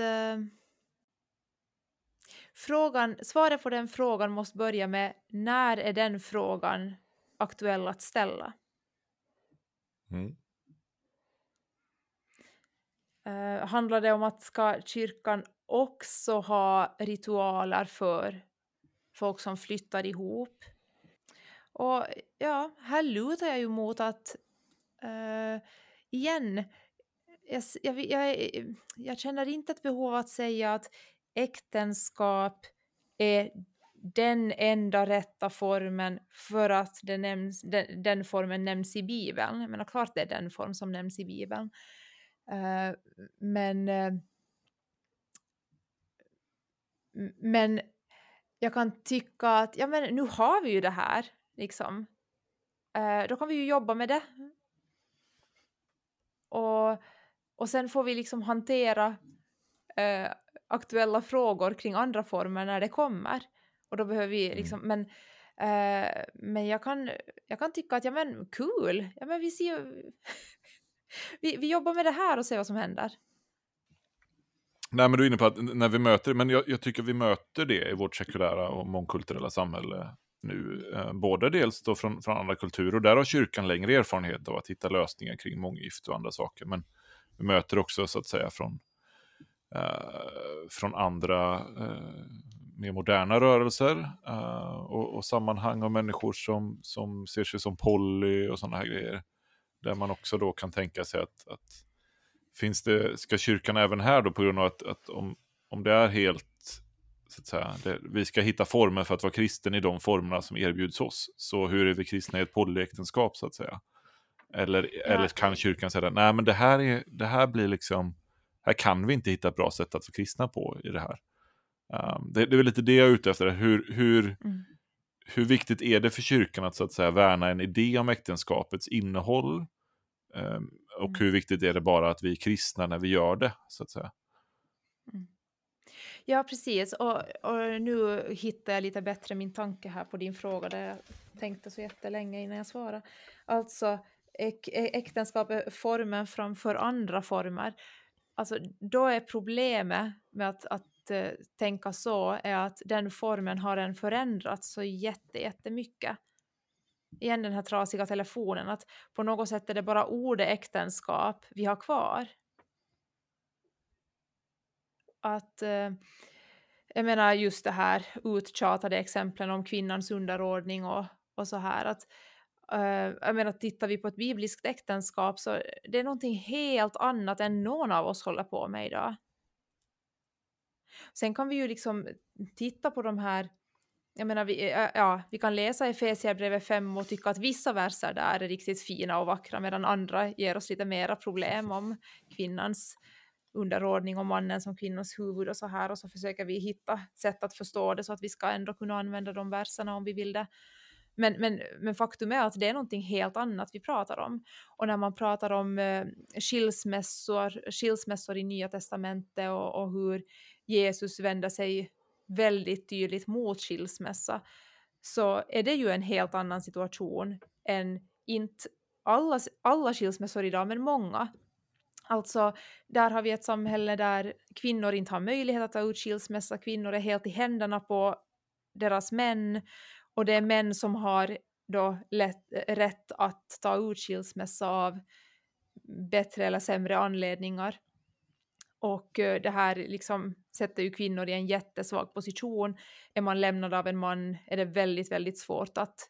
svaret på den frågan måste börja med när är den frågan aktuell att ställa? Handlar det om att ska kyrkan också ha ritualer för folk som flyttar ihop? Och ja, här lutar jag ju mot att igen, jag känner inte ett behov att säga att äktenskap är den enda rätta formen för att den formen nämns i Bibeln. Jag menar, klart det är den form som nämns i Bibeln. Men jag kan tycka att ja, men nu har vi ju det här. Liksom. Då kan vi ju jobba med det. Och sen får vi liksom hantera aktuella frågor kring andra former när det kommer. Och då behöver vi liksom, men jag kan tycka att ja men kul, ja men vi ser vi jobbar med det här och ser vad som händer. Nej, men du är inne på att när vi möter, men jag tycker vi möter det i vårt sekulära och mångkulturella samhälle nu. Både dels då från andra kulturer, och där har kyrkan längre erfarenhet av att hitta lösningar kring månggifte och andra saker. Men vi möter också så att säga från andra mer moderna rörelser och sammanhang av människor som ser sig som poly och sådana här grejer. Där man också då kan tänka sig att ska kyrkan även här då, på grund av att om det är helt så att säga, vi ska hitta former för att vara kristen i de formerna som erbjuds oss, så hur är vi kristna i ett polyäktenskap så att säga? Eller kan kyrkan säga nej, men det här blir liksom, här kan vi inte hitta ett bra sätt att vara kristna på i det här. Det är väl lite det jag är ute efter. Hur viktigt är det för kyrkan att så att säga värna en idé om äktenskapets innehåll? Och hur viktigt är det bara att vi är kristna när vi gör det, så att säga? Ja, precis. Och nu hittar jag lite bättre min tanke här på din fråga, där jag tänkte så jättelänge innan jag svarade. Alltså, äktenskap är formen framför andra former. Alltså, då är problemet med att tänka så är att den formen har en förändrats så jättemycket. Igen den här trasiga telefonen, att på något sätt är det bara ordet äktenskap vi har kvar. Att jag menar just det här uttjatade exemplen om kvinnans underordning och så här, att jag menar, tittar vi på ett bibliskt äktenskap så det är någonting helt annat än någon av oss håller på med idag. Sen kan vi ju liksom titta på de här, jag menar, vi kan läsa Efesierbrevet 5 och tycka att vissa verser där är riktigt fina och vackra, medan andra ger oss lite mera problem om kvinnans underordning och mannen som kvinnans huvud och så här, och så försöker vi hitta sätt att förstå det så att vi ska ändå kunna använda de verserna om vi vill det. Men faktum är att det är någonting helt annat vi pratar om. Och när man pratar om skilsmässor i Nya testamentet och hur Jesus vänder sig väldigt tydligt mot skilsmässa, så är det ju en helt annan situation än inte alla skilsmässor idag, men många. Alltså, där har vi ett samhälle där kvinnor inte har möjlighet att ta ut skilsmässa. Kvinnor är helt i händerna på deras män. Och det är män som har då rätt att ta ut skilsmässa av bättre eller sämre anledningar. Och det här liksom sätter ju kvinnor i en jättesvag position. Är man lämnad av en man är det väldigt, väldigt svårt att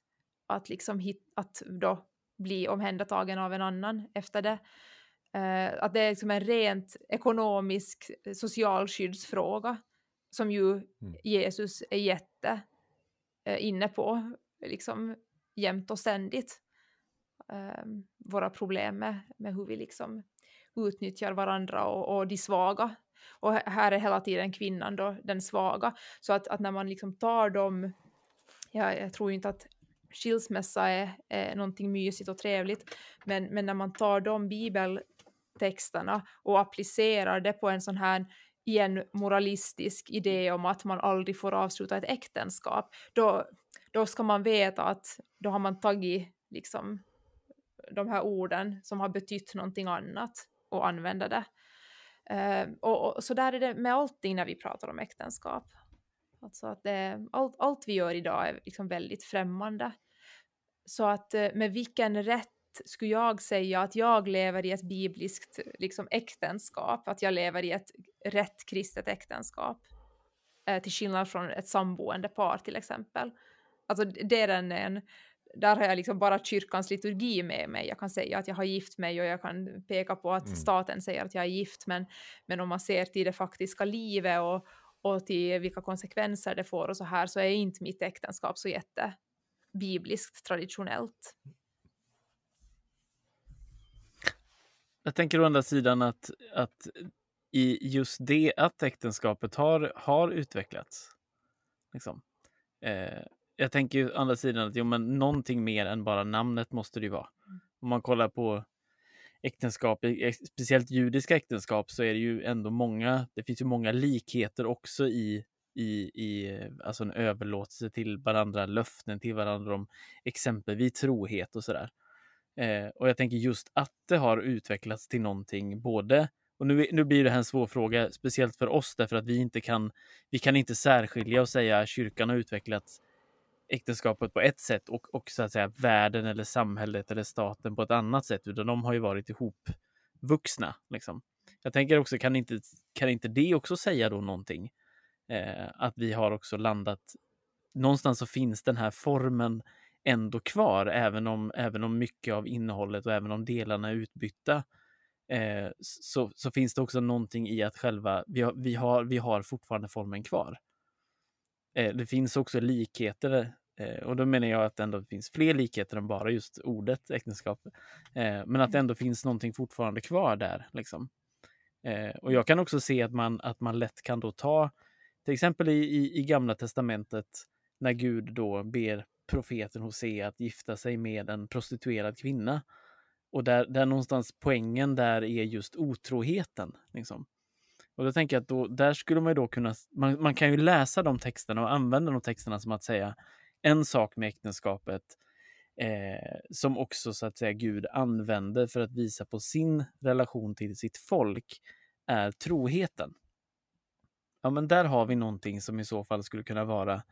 då bli omhändertagen av en annan efter det. Att det är liksom en rent ekonomisk socialskyddsfråga som ju Jesus är inne på liksom jämt och ständigt. Våra problem med hur vi liksom utnyttjar varandra och de svaga. Och här är hela tiden kvinnan då den svaga. Så att när man liksom tar dem, jag tror inte att skilsmässa är någonting mysigt och trevligt, men när man tar de bibeltexterna och applicerar det på en sån här igen moralistisk idé om att man aldrig får avsluta ett äktenskap, då ska man veta att då har man tagit liksom de här orden som har betytt någonting annat och använda det. Och så där är det med allting när vi pratar om äktenskap. Alltså att allt vi gör idag är liksom väldigt främmande. Så att med vilken rätt skulle jag säga att jag lever i ett bibliskt liksom äktenskap, att jag lever i ett rätt kristet äktenskap, till skillnad från ett samboende par till exempel. Alltså det är där har jag liksom bara kyrkans liturgi med mig. Jag kan säga att jag har gift mig och jag kan peka på att staten säger att jag är gift, men om man ser till det faktiska livet och till vilka konsekvenser det får och så här, så är inte mitt äktenskap så bibliskt traditionellt. Jag tänker å andra sidan att i just det att äktenskapet har utvecklats. Liksom. Jag tänker ju å andra sidan att men någonting mer än bara namnet måste det ju vara. Om man kollar på äktenskap, speciellt judiska äktenskap, så är det ju ändå det finns ju många likheter också i alltså en överlåtelse till varandra, löften till varandra om exempelvis trohet och sådär. Och jag tänker just att det har utvecklats till någonting både, och nu blir det här en svår fråga, speciellt för oss därför att vi kan inte särskilja och säga att kyrkan har utvecklats äktenskapet på ett sätt och så att säga världen eller samhället eller staten på ett annat sätt, utan de har ju varit ihop vuxna liksom. Jag tänker också, kan inte det också säga då någonting? Att vi har också landat någonstans, så finns den här formen ändå kvar, även om mycket av innehållet och även om delarna är utbytta, så finns det också någonting i att själva vi har fortfarande formen kvar. Det finns också likheter, och då menar jag att det ändå finns fler likheter än bara just ordet äktenskap, men att det ändå finns någonting fortfarande kvar där liksom. Och jag kan också se att man lätt kan då ta till exempel i Gamla testamentet när Gud då ber profeten Hosea att gifta sig med en prostituerad kvinna, och där någonstans poängen där är just otroheten liksom. Och då tänker jag att där skulle man ju då kunna, man kan ju läsa de texterna och använda de texterna som att säga en sak med äktenskapet, som också så att säga Gud använder för att visa på sin relation till sitt folk, är troheten. Ja, men där har vi någonting som i så fall skulle kunna vara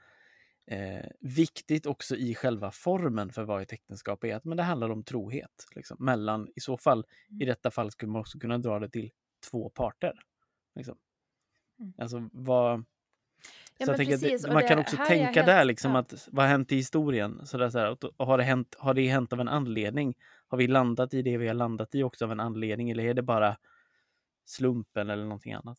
viktigt också i själva formen för vad ett äktenskap är, att men det handlar om trohet liksom, mellan, i så fall i detta fall skulle man också kunna dra det till två parter liksom. Alltså vad Ja, så jag tänker att man kan också tänka där liksom, att vad har hänt i historien, så har det hänt av en anledning? Har vi landat i det vi har landat i också av en anledning, eller är det bara slumpen eller någonting annat?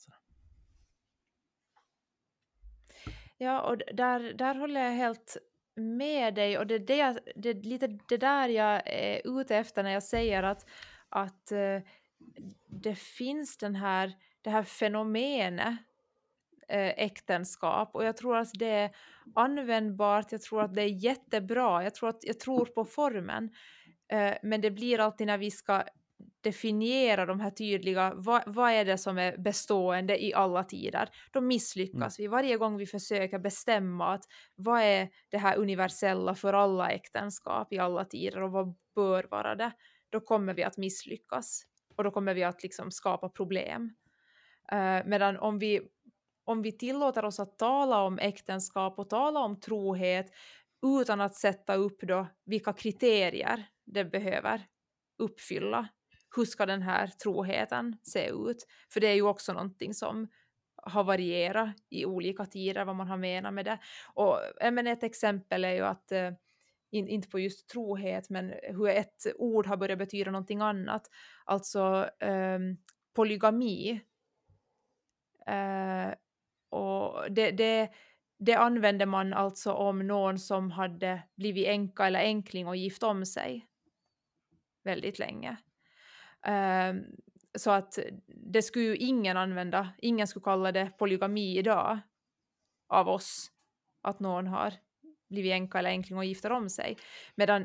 Ja, och där håller jag helt med dig, och det är lite det där jag är ute efter när jag säger att det finns det här fenomenet äktenskap, och jag tror att det är användbart, jag tror att det är jättebra, jag tror på formen, men det blir alltid när vi ska definiera de här tydliga, vad är det som är bestående i alla tider, då misslyckas vi varje gång vi försöker bestämma att vad är det här universella för alla äktenskap i alla tider och vad bör vara det, då kommer vi att misslyckas och då kommer vi att liksom skapa problem. Medan om vi tillåter oss att tala om äktenskap och tala om trohet utan att sätta upp då vilka kriterier det behöver uppfylla. Hur ska den här troheten se ut? För det är ju också någonting som har varierat i olika tider, vad man har menat med det. Och ett exempel är ju att, inte på just trohet, men hur ett ord har börjat betyda någonting annat. Alltså polygami. Och det använde man alltså om någon som hade blivit änka eller änkling och gift om sig väldigt länge. Så att det skulle ju ingen skulle kalla det polygami idag av oss, att någon har blivit änka eller änkling och gifter om sig, medan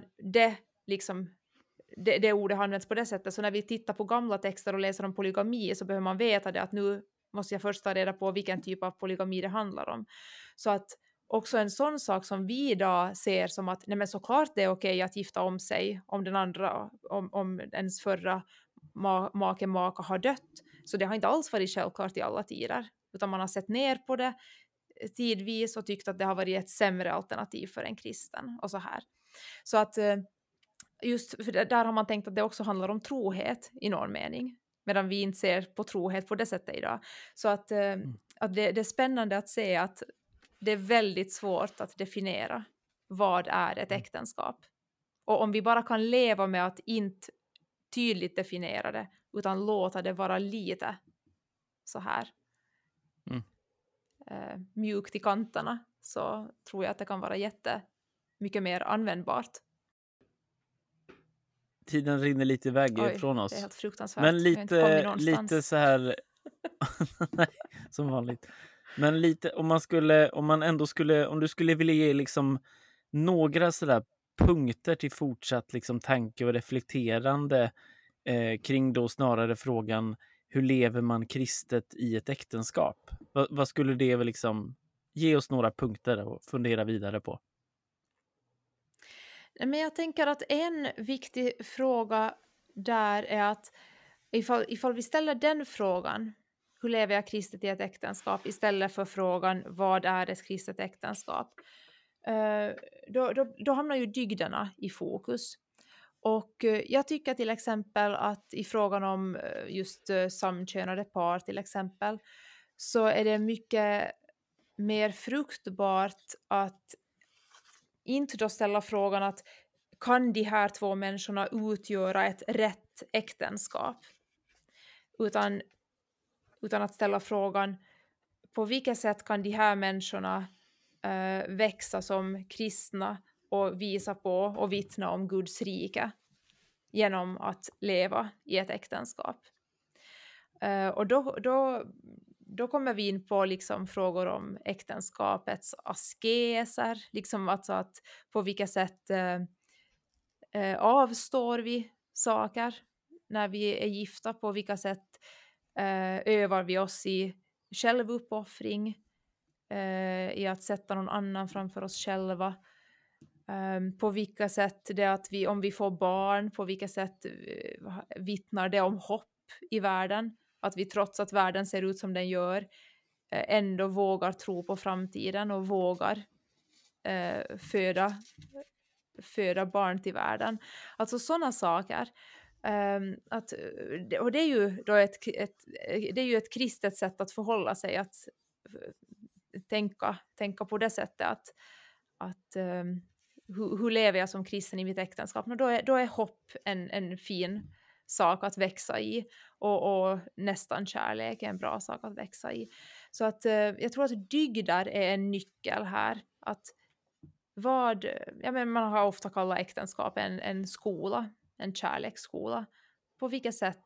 det ordet har använts på det sättet. Så när vi tittar på gamla texter och läser om polygami, så behöver man veta det, att nu måste jag först ta reda på vilken typ av polygami det handlar om. Så att också en sån sak som vi idag ser som att nej, men såklart det är okej att gifta om sig om den andra, om ens förra maka har dött. Så det har inte alls varit självklart i alla tider, utan man har sett ner på det tidvis och tyckt att det har varit ett sämre alternativ för en kristen och så här. Så att just för där har man tänkt att det också handlar om trohet i någon mening. Medan vi inte ser på trohet på det sättet idag. Så att det är spännande att se att det är väldigt svårt att definiera vad är ett äktenskap. Och om vi bara kan leva med att inte tydligt definiera det utan låta det vara lite så här mjukt i kanterna, så tror jag att det kan vara mycket mer användbart. Tiden rinner lite iväg från oss. Det är helt fruktansvärt. Men lite så här nej, som vanligt. Men lite om du skulle vilja ge liksom några sådär punkter till fortsatt liksom tanke och reflekterande kring då snarare frågan hur lever man kristet i ett äktenskap? Vad skulle det väl liksom ge oss några punkter att fundera vidare på? Men jag tänker att en viktig fråga där är att ifall vi ställer den frågan, hur lever jag kristet i ett äktenskap, istället för frågan vad är ett kristet äktenskap, då hamnar ju dygderna i fokus. Och jag tycker till exempel att i frågan om just samkönade par till exempel, så är det mycket mer fruktbart att inte då ställa frågan att kan de här två människorna utgöra ett rätt äktenskap? Utan att ställa frågan på vilket sätt kan de här människorna växa som kristna och visa på och vittna om Guds rike genom att leva i ett äktenskap. Och då kommer vi in på liksom frågor om äktenskapets askeser, liksom alltså att på vilka sätt avstår vi saker när vi är gifta, på vilka sätt övar vi oss i självuppoffring, i att sätta någon annan framför oss själva, på vilka sätt det att om vi får barn, på vilka sätt vittnar det om hopp i världen, att vi trots att världen ser ut som den gör ändå vågar tro på framtiden och vågar föda barn till världen. Alltså sådana saker. Och det är ju då ett kristet sätt att förhålla sig, att tänka på det sättet att hur lever jag som kristen i mitt äktenskap? Då är hopp en fin sak att växa i, och nästan kärlek är en bra sak att växa i. Så att jag tror att dygder är en nyckel här. Att man har ofta kallat äktenskap en skola, en kärleksskola. På vilket sätt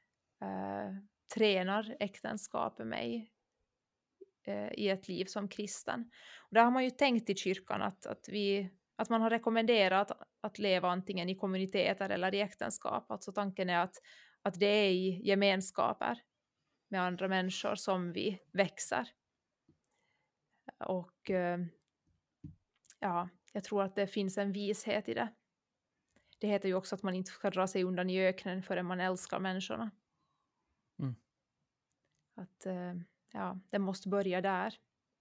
tränar äktenskapet mig i ett liv som kristen? Och där har man ju tänkt i kyrkan att man har rekommenderat att leva antingen i kommuniteter eller i äktenskap. Alltså tanken är att det är i gemenskaper med andra människor som vi växer. Och jag tror att det finns en vishet i det. Det heter ju också att man inte ska dra sig undan i öknen förrän man älskar människorna. Mm. Att det måste börja där.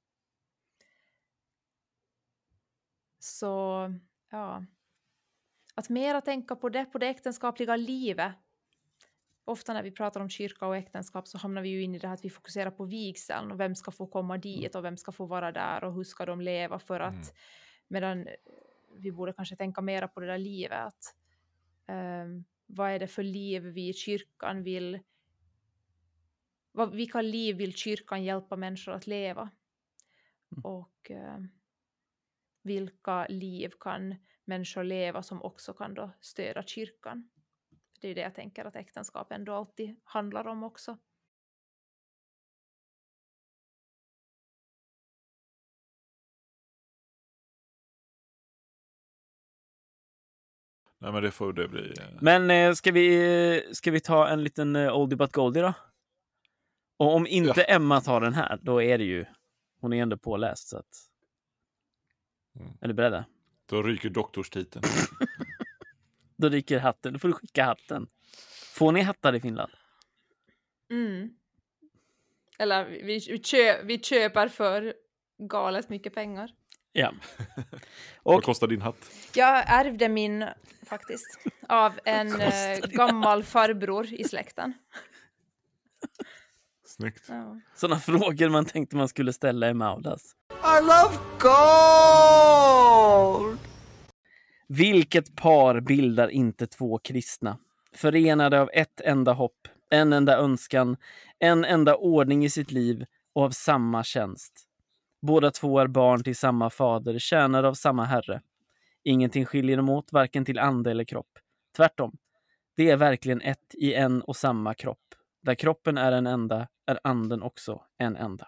Så att mera tänka på det äktenskapliga livet. Ofta när vi pratar om kyrka och äktenskap så hamnar vi ju in i det här att vi fokuserar på vigseln och vem ska få komma dit och vem ska få vara där och hur ska de leva för att medan vi borde kanske tänka mera på det där livet, att vad är det för liv vi i kyrkan vilka liv vill kyrkan hjälpa människor att leva? Och vilka liv kan människor leva som också kan då stödja kyrkan? Det är det jag tänker att äktenskap ändå alltid handlar om också. Nej, men det får det bli. Men ska vi ta en liten oldie but goldie då? Och om inte Emma tar den här, då är det ju, hon är ändå påläst, så att är du beredda? Då ryker doktorstiteln. Då ryker hatten, då får du skicka hatten. Får ni hattar i Finland? Eller vi köper för galet mycket pengar. Ja. Vad kostar din hatt? Jag ärvde min faktiskt av en gammal farbror i släkten. Snyggt. Ja. Sådana frågor man tänkte man skulle ställa i Maudas. I love gold! Vilket par bildar inte två kristna? Förenade av ett enda hopp, en enda önskan, en enda ordning i sitt liv och av samma tjänst. Båda två är barn till samma fader, tjänare av samma herre. Ingenting skiljer dem åt, varken till ande eller kropp. Tvärtom, det är verkligen ett i en och samma kropp. Där kroppen är en enda, är anden också en enda.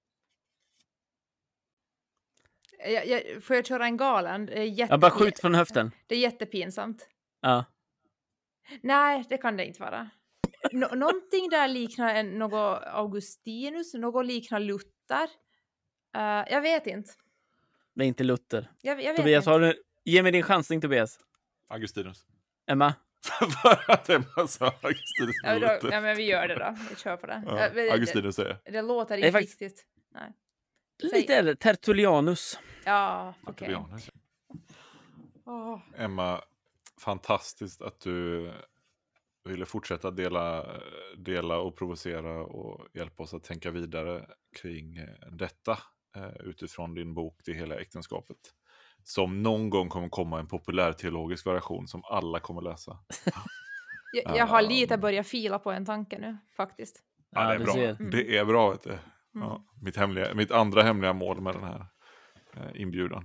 Får jag köra en galen? Jag bara skjut från höften. Det är jättepinsamt. Ja. Nej, det kan det inte vara. Någonting där liknar något Augustinus, något liknar Luther. Jag vet inte. Det är inte Luther. Jag vet Tobias, inte. ge mig din chansning, Tobias. Augustinus. Emma? För att Emma sa Augustinus. Ja, men vi gör det då. Vi kör på det. Ja, Augustinus säger jag. Det låter Nej, inte faktiskt- riktigt. Nej. Lite äldre. Tertullianus. Ja, okej. Tertullianus. Åh. Emma, fantastiskt att du ville fortsätta dela och provocera och hjälpa oss att tänka vidare kring detta utifrån din bok Det hela äktenskapet. Som någon gång kommer komma en populär teologisk variation som alla kommer läsa. Jag har lite börjat fila på en tanke nu, faktiskt. Ja, det är du bra. ser. Det är bra, vet du. Ja, mitt andra hemliga mål med den här inbjudan.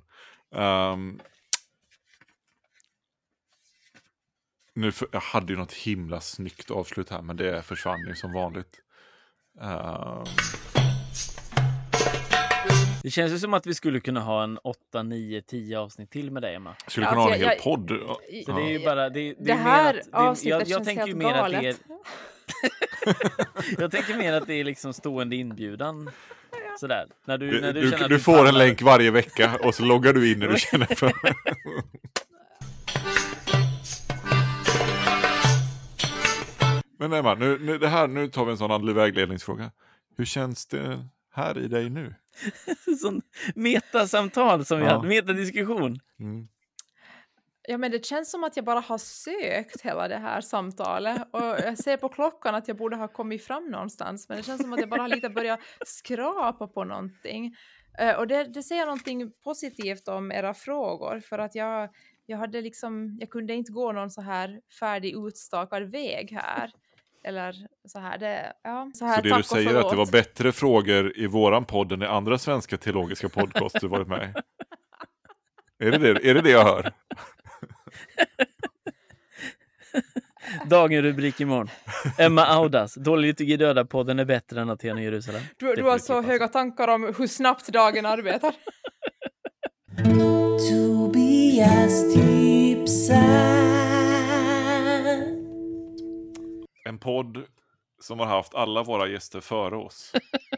Jag hade ju något himla snyggt avslut här, men det försvann ju som vanligt. Det känns ju som att vi skulle kunna ha en 8, 9, 10 avsnitt till med dig, Emma. Skulle kunna ha en hel podd. Så det är ju bara... Det är Det här mer att, avsnittet jag känns tänker ju helt mer att det är... galet. Jag tänker mer att det är liksom stående inbjudan. Sådär. När du känner att Du får pallar- en länk varje vecka och så loggar du in när du känner för. Men Emma, nu tar vi en sån andlig vägledningsfråga. Hur känns det här i dig nu? Sån metasamtal som vi Ja. hade, metadiskussion. Mm. Ja, men det känns som att jag bara har sökt hela det här samtalet. Och jag ser på klockan att jag borde ha kommit fram någonstans. Men det känns som att jag bara har lite börjat skrapa på någonting. Och det ser jag någonting positivt om era frågor. För att jag hade liksom, jag kunde inte gå någon så här färdig utstakad väg här. Eller så här, så här. Så det du säger är att det var bättre frågor i våran podd än i andra svenska teologiska podcast du varit med i? Är det jag hör? Dagen rubrik imorgon. Emma Audas. Dålig liturgi döda podden är bättre än Aten och Jerusalem. Du har så höga tankar om hur snabbt dagen arbetar. Tobias tipsar. En podd som har haft alla våra gäster före oss.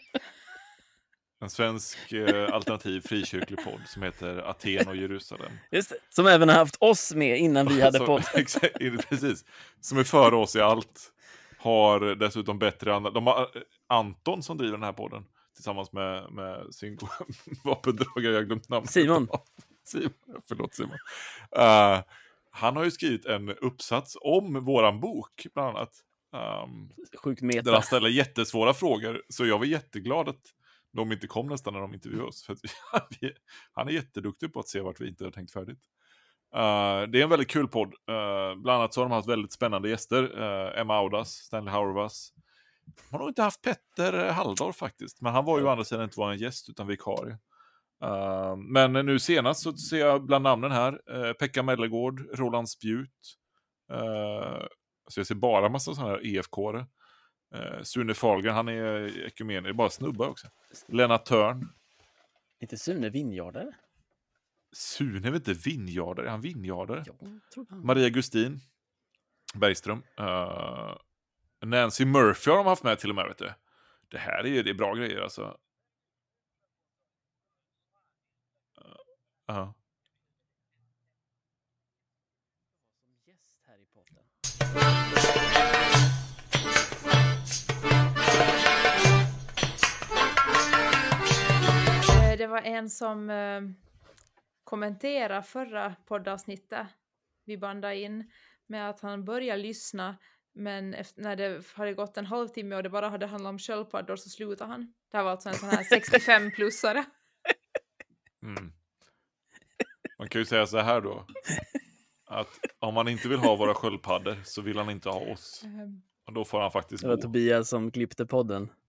En svensk alternativ frikyrklig podd som heter Aten och Jerusalem. Just det. Som även har haft oss med innan vi hade podd. Precis. Som är före oss i allt. Har dessutom bättre andra. De har Anton som driver den här podden. Tillsammans med sin vapendragare. Jag har glömt namnet. Simon. Förlåt Simon. Han har ju skrivit en uppsats om våran bok bland annat. Sjukt Där meta. han ställer jättesvåra frågor. Så jag var jätteglad att de inte kom nästan när de intervjuade oss. För att han är jätteduktig på att se vart vi inte har tänkt färdigt. Det är en väldigt kul podd. Bland annat så har de haft väldigt spännande gäster. Emma Audas, Stanley Hauerwas. De har nog inte haft Petter Halldorf faktiskt. Men han var ju å andra sidan inte var en gäst utan vikarie. Men nu senast så ser jag bland namnen här. Pekka Mellegård, Roland Spjut. Så jag ser bara massa sådana här EFK-are. Sune Fahlgren, han är ekumen, det är bara snubbar också. Lennart Törn. Inte Sune Vinjardare? Sune är väl inte vinjardare, är han vinjardare? Jag tror han. Maria Gustin Bergström. Nancy Murphy har de haft med till och med, vet du. Det här är ju bra grejer alltså. Gäst här i podden. Det var en som kommentera förra poddavsnittet vi bandade in med att han började lyssna, men när det hade gått en halvtimme och det bara hade handlat om sköldpaddor så slutade han. Det här var alltså en sån här 65-plussare. Mm. Man kan ju säga så här då. Att om man inte vill ha våra sköldpaddor så vill han inte ha oss. Och då får han faktiskt Det var gå. Tobias som klippte podden.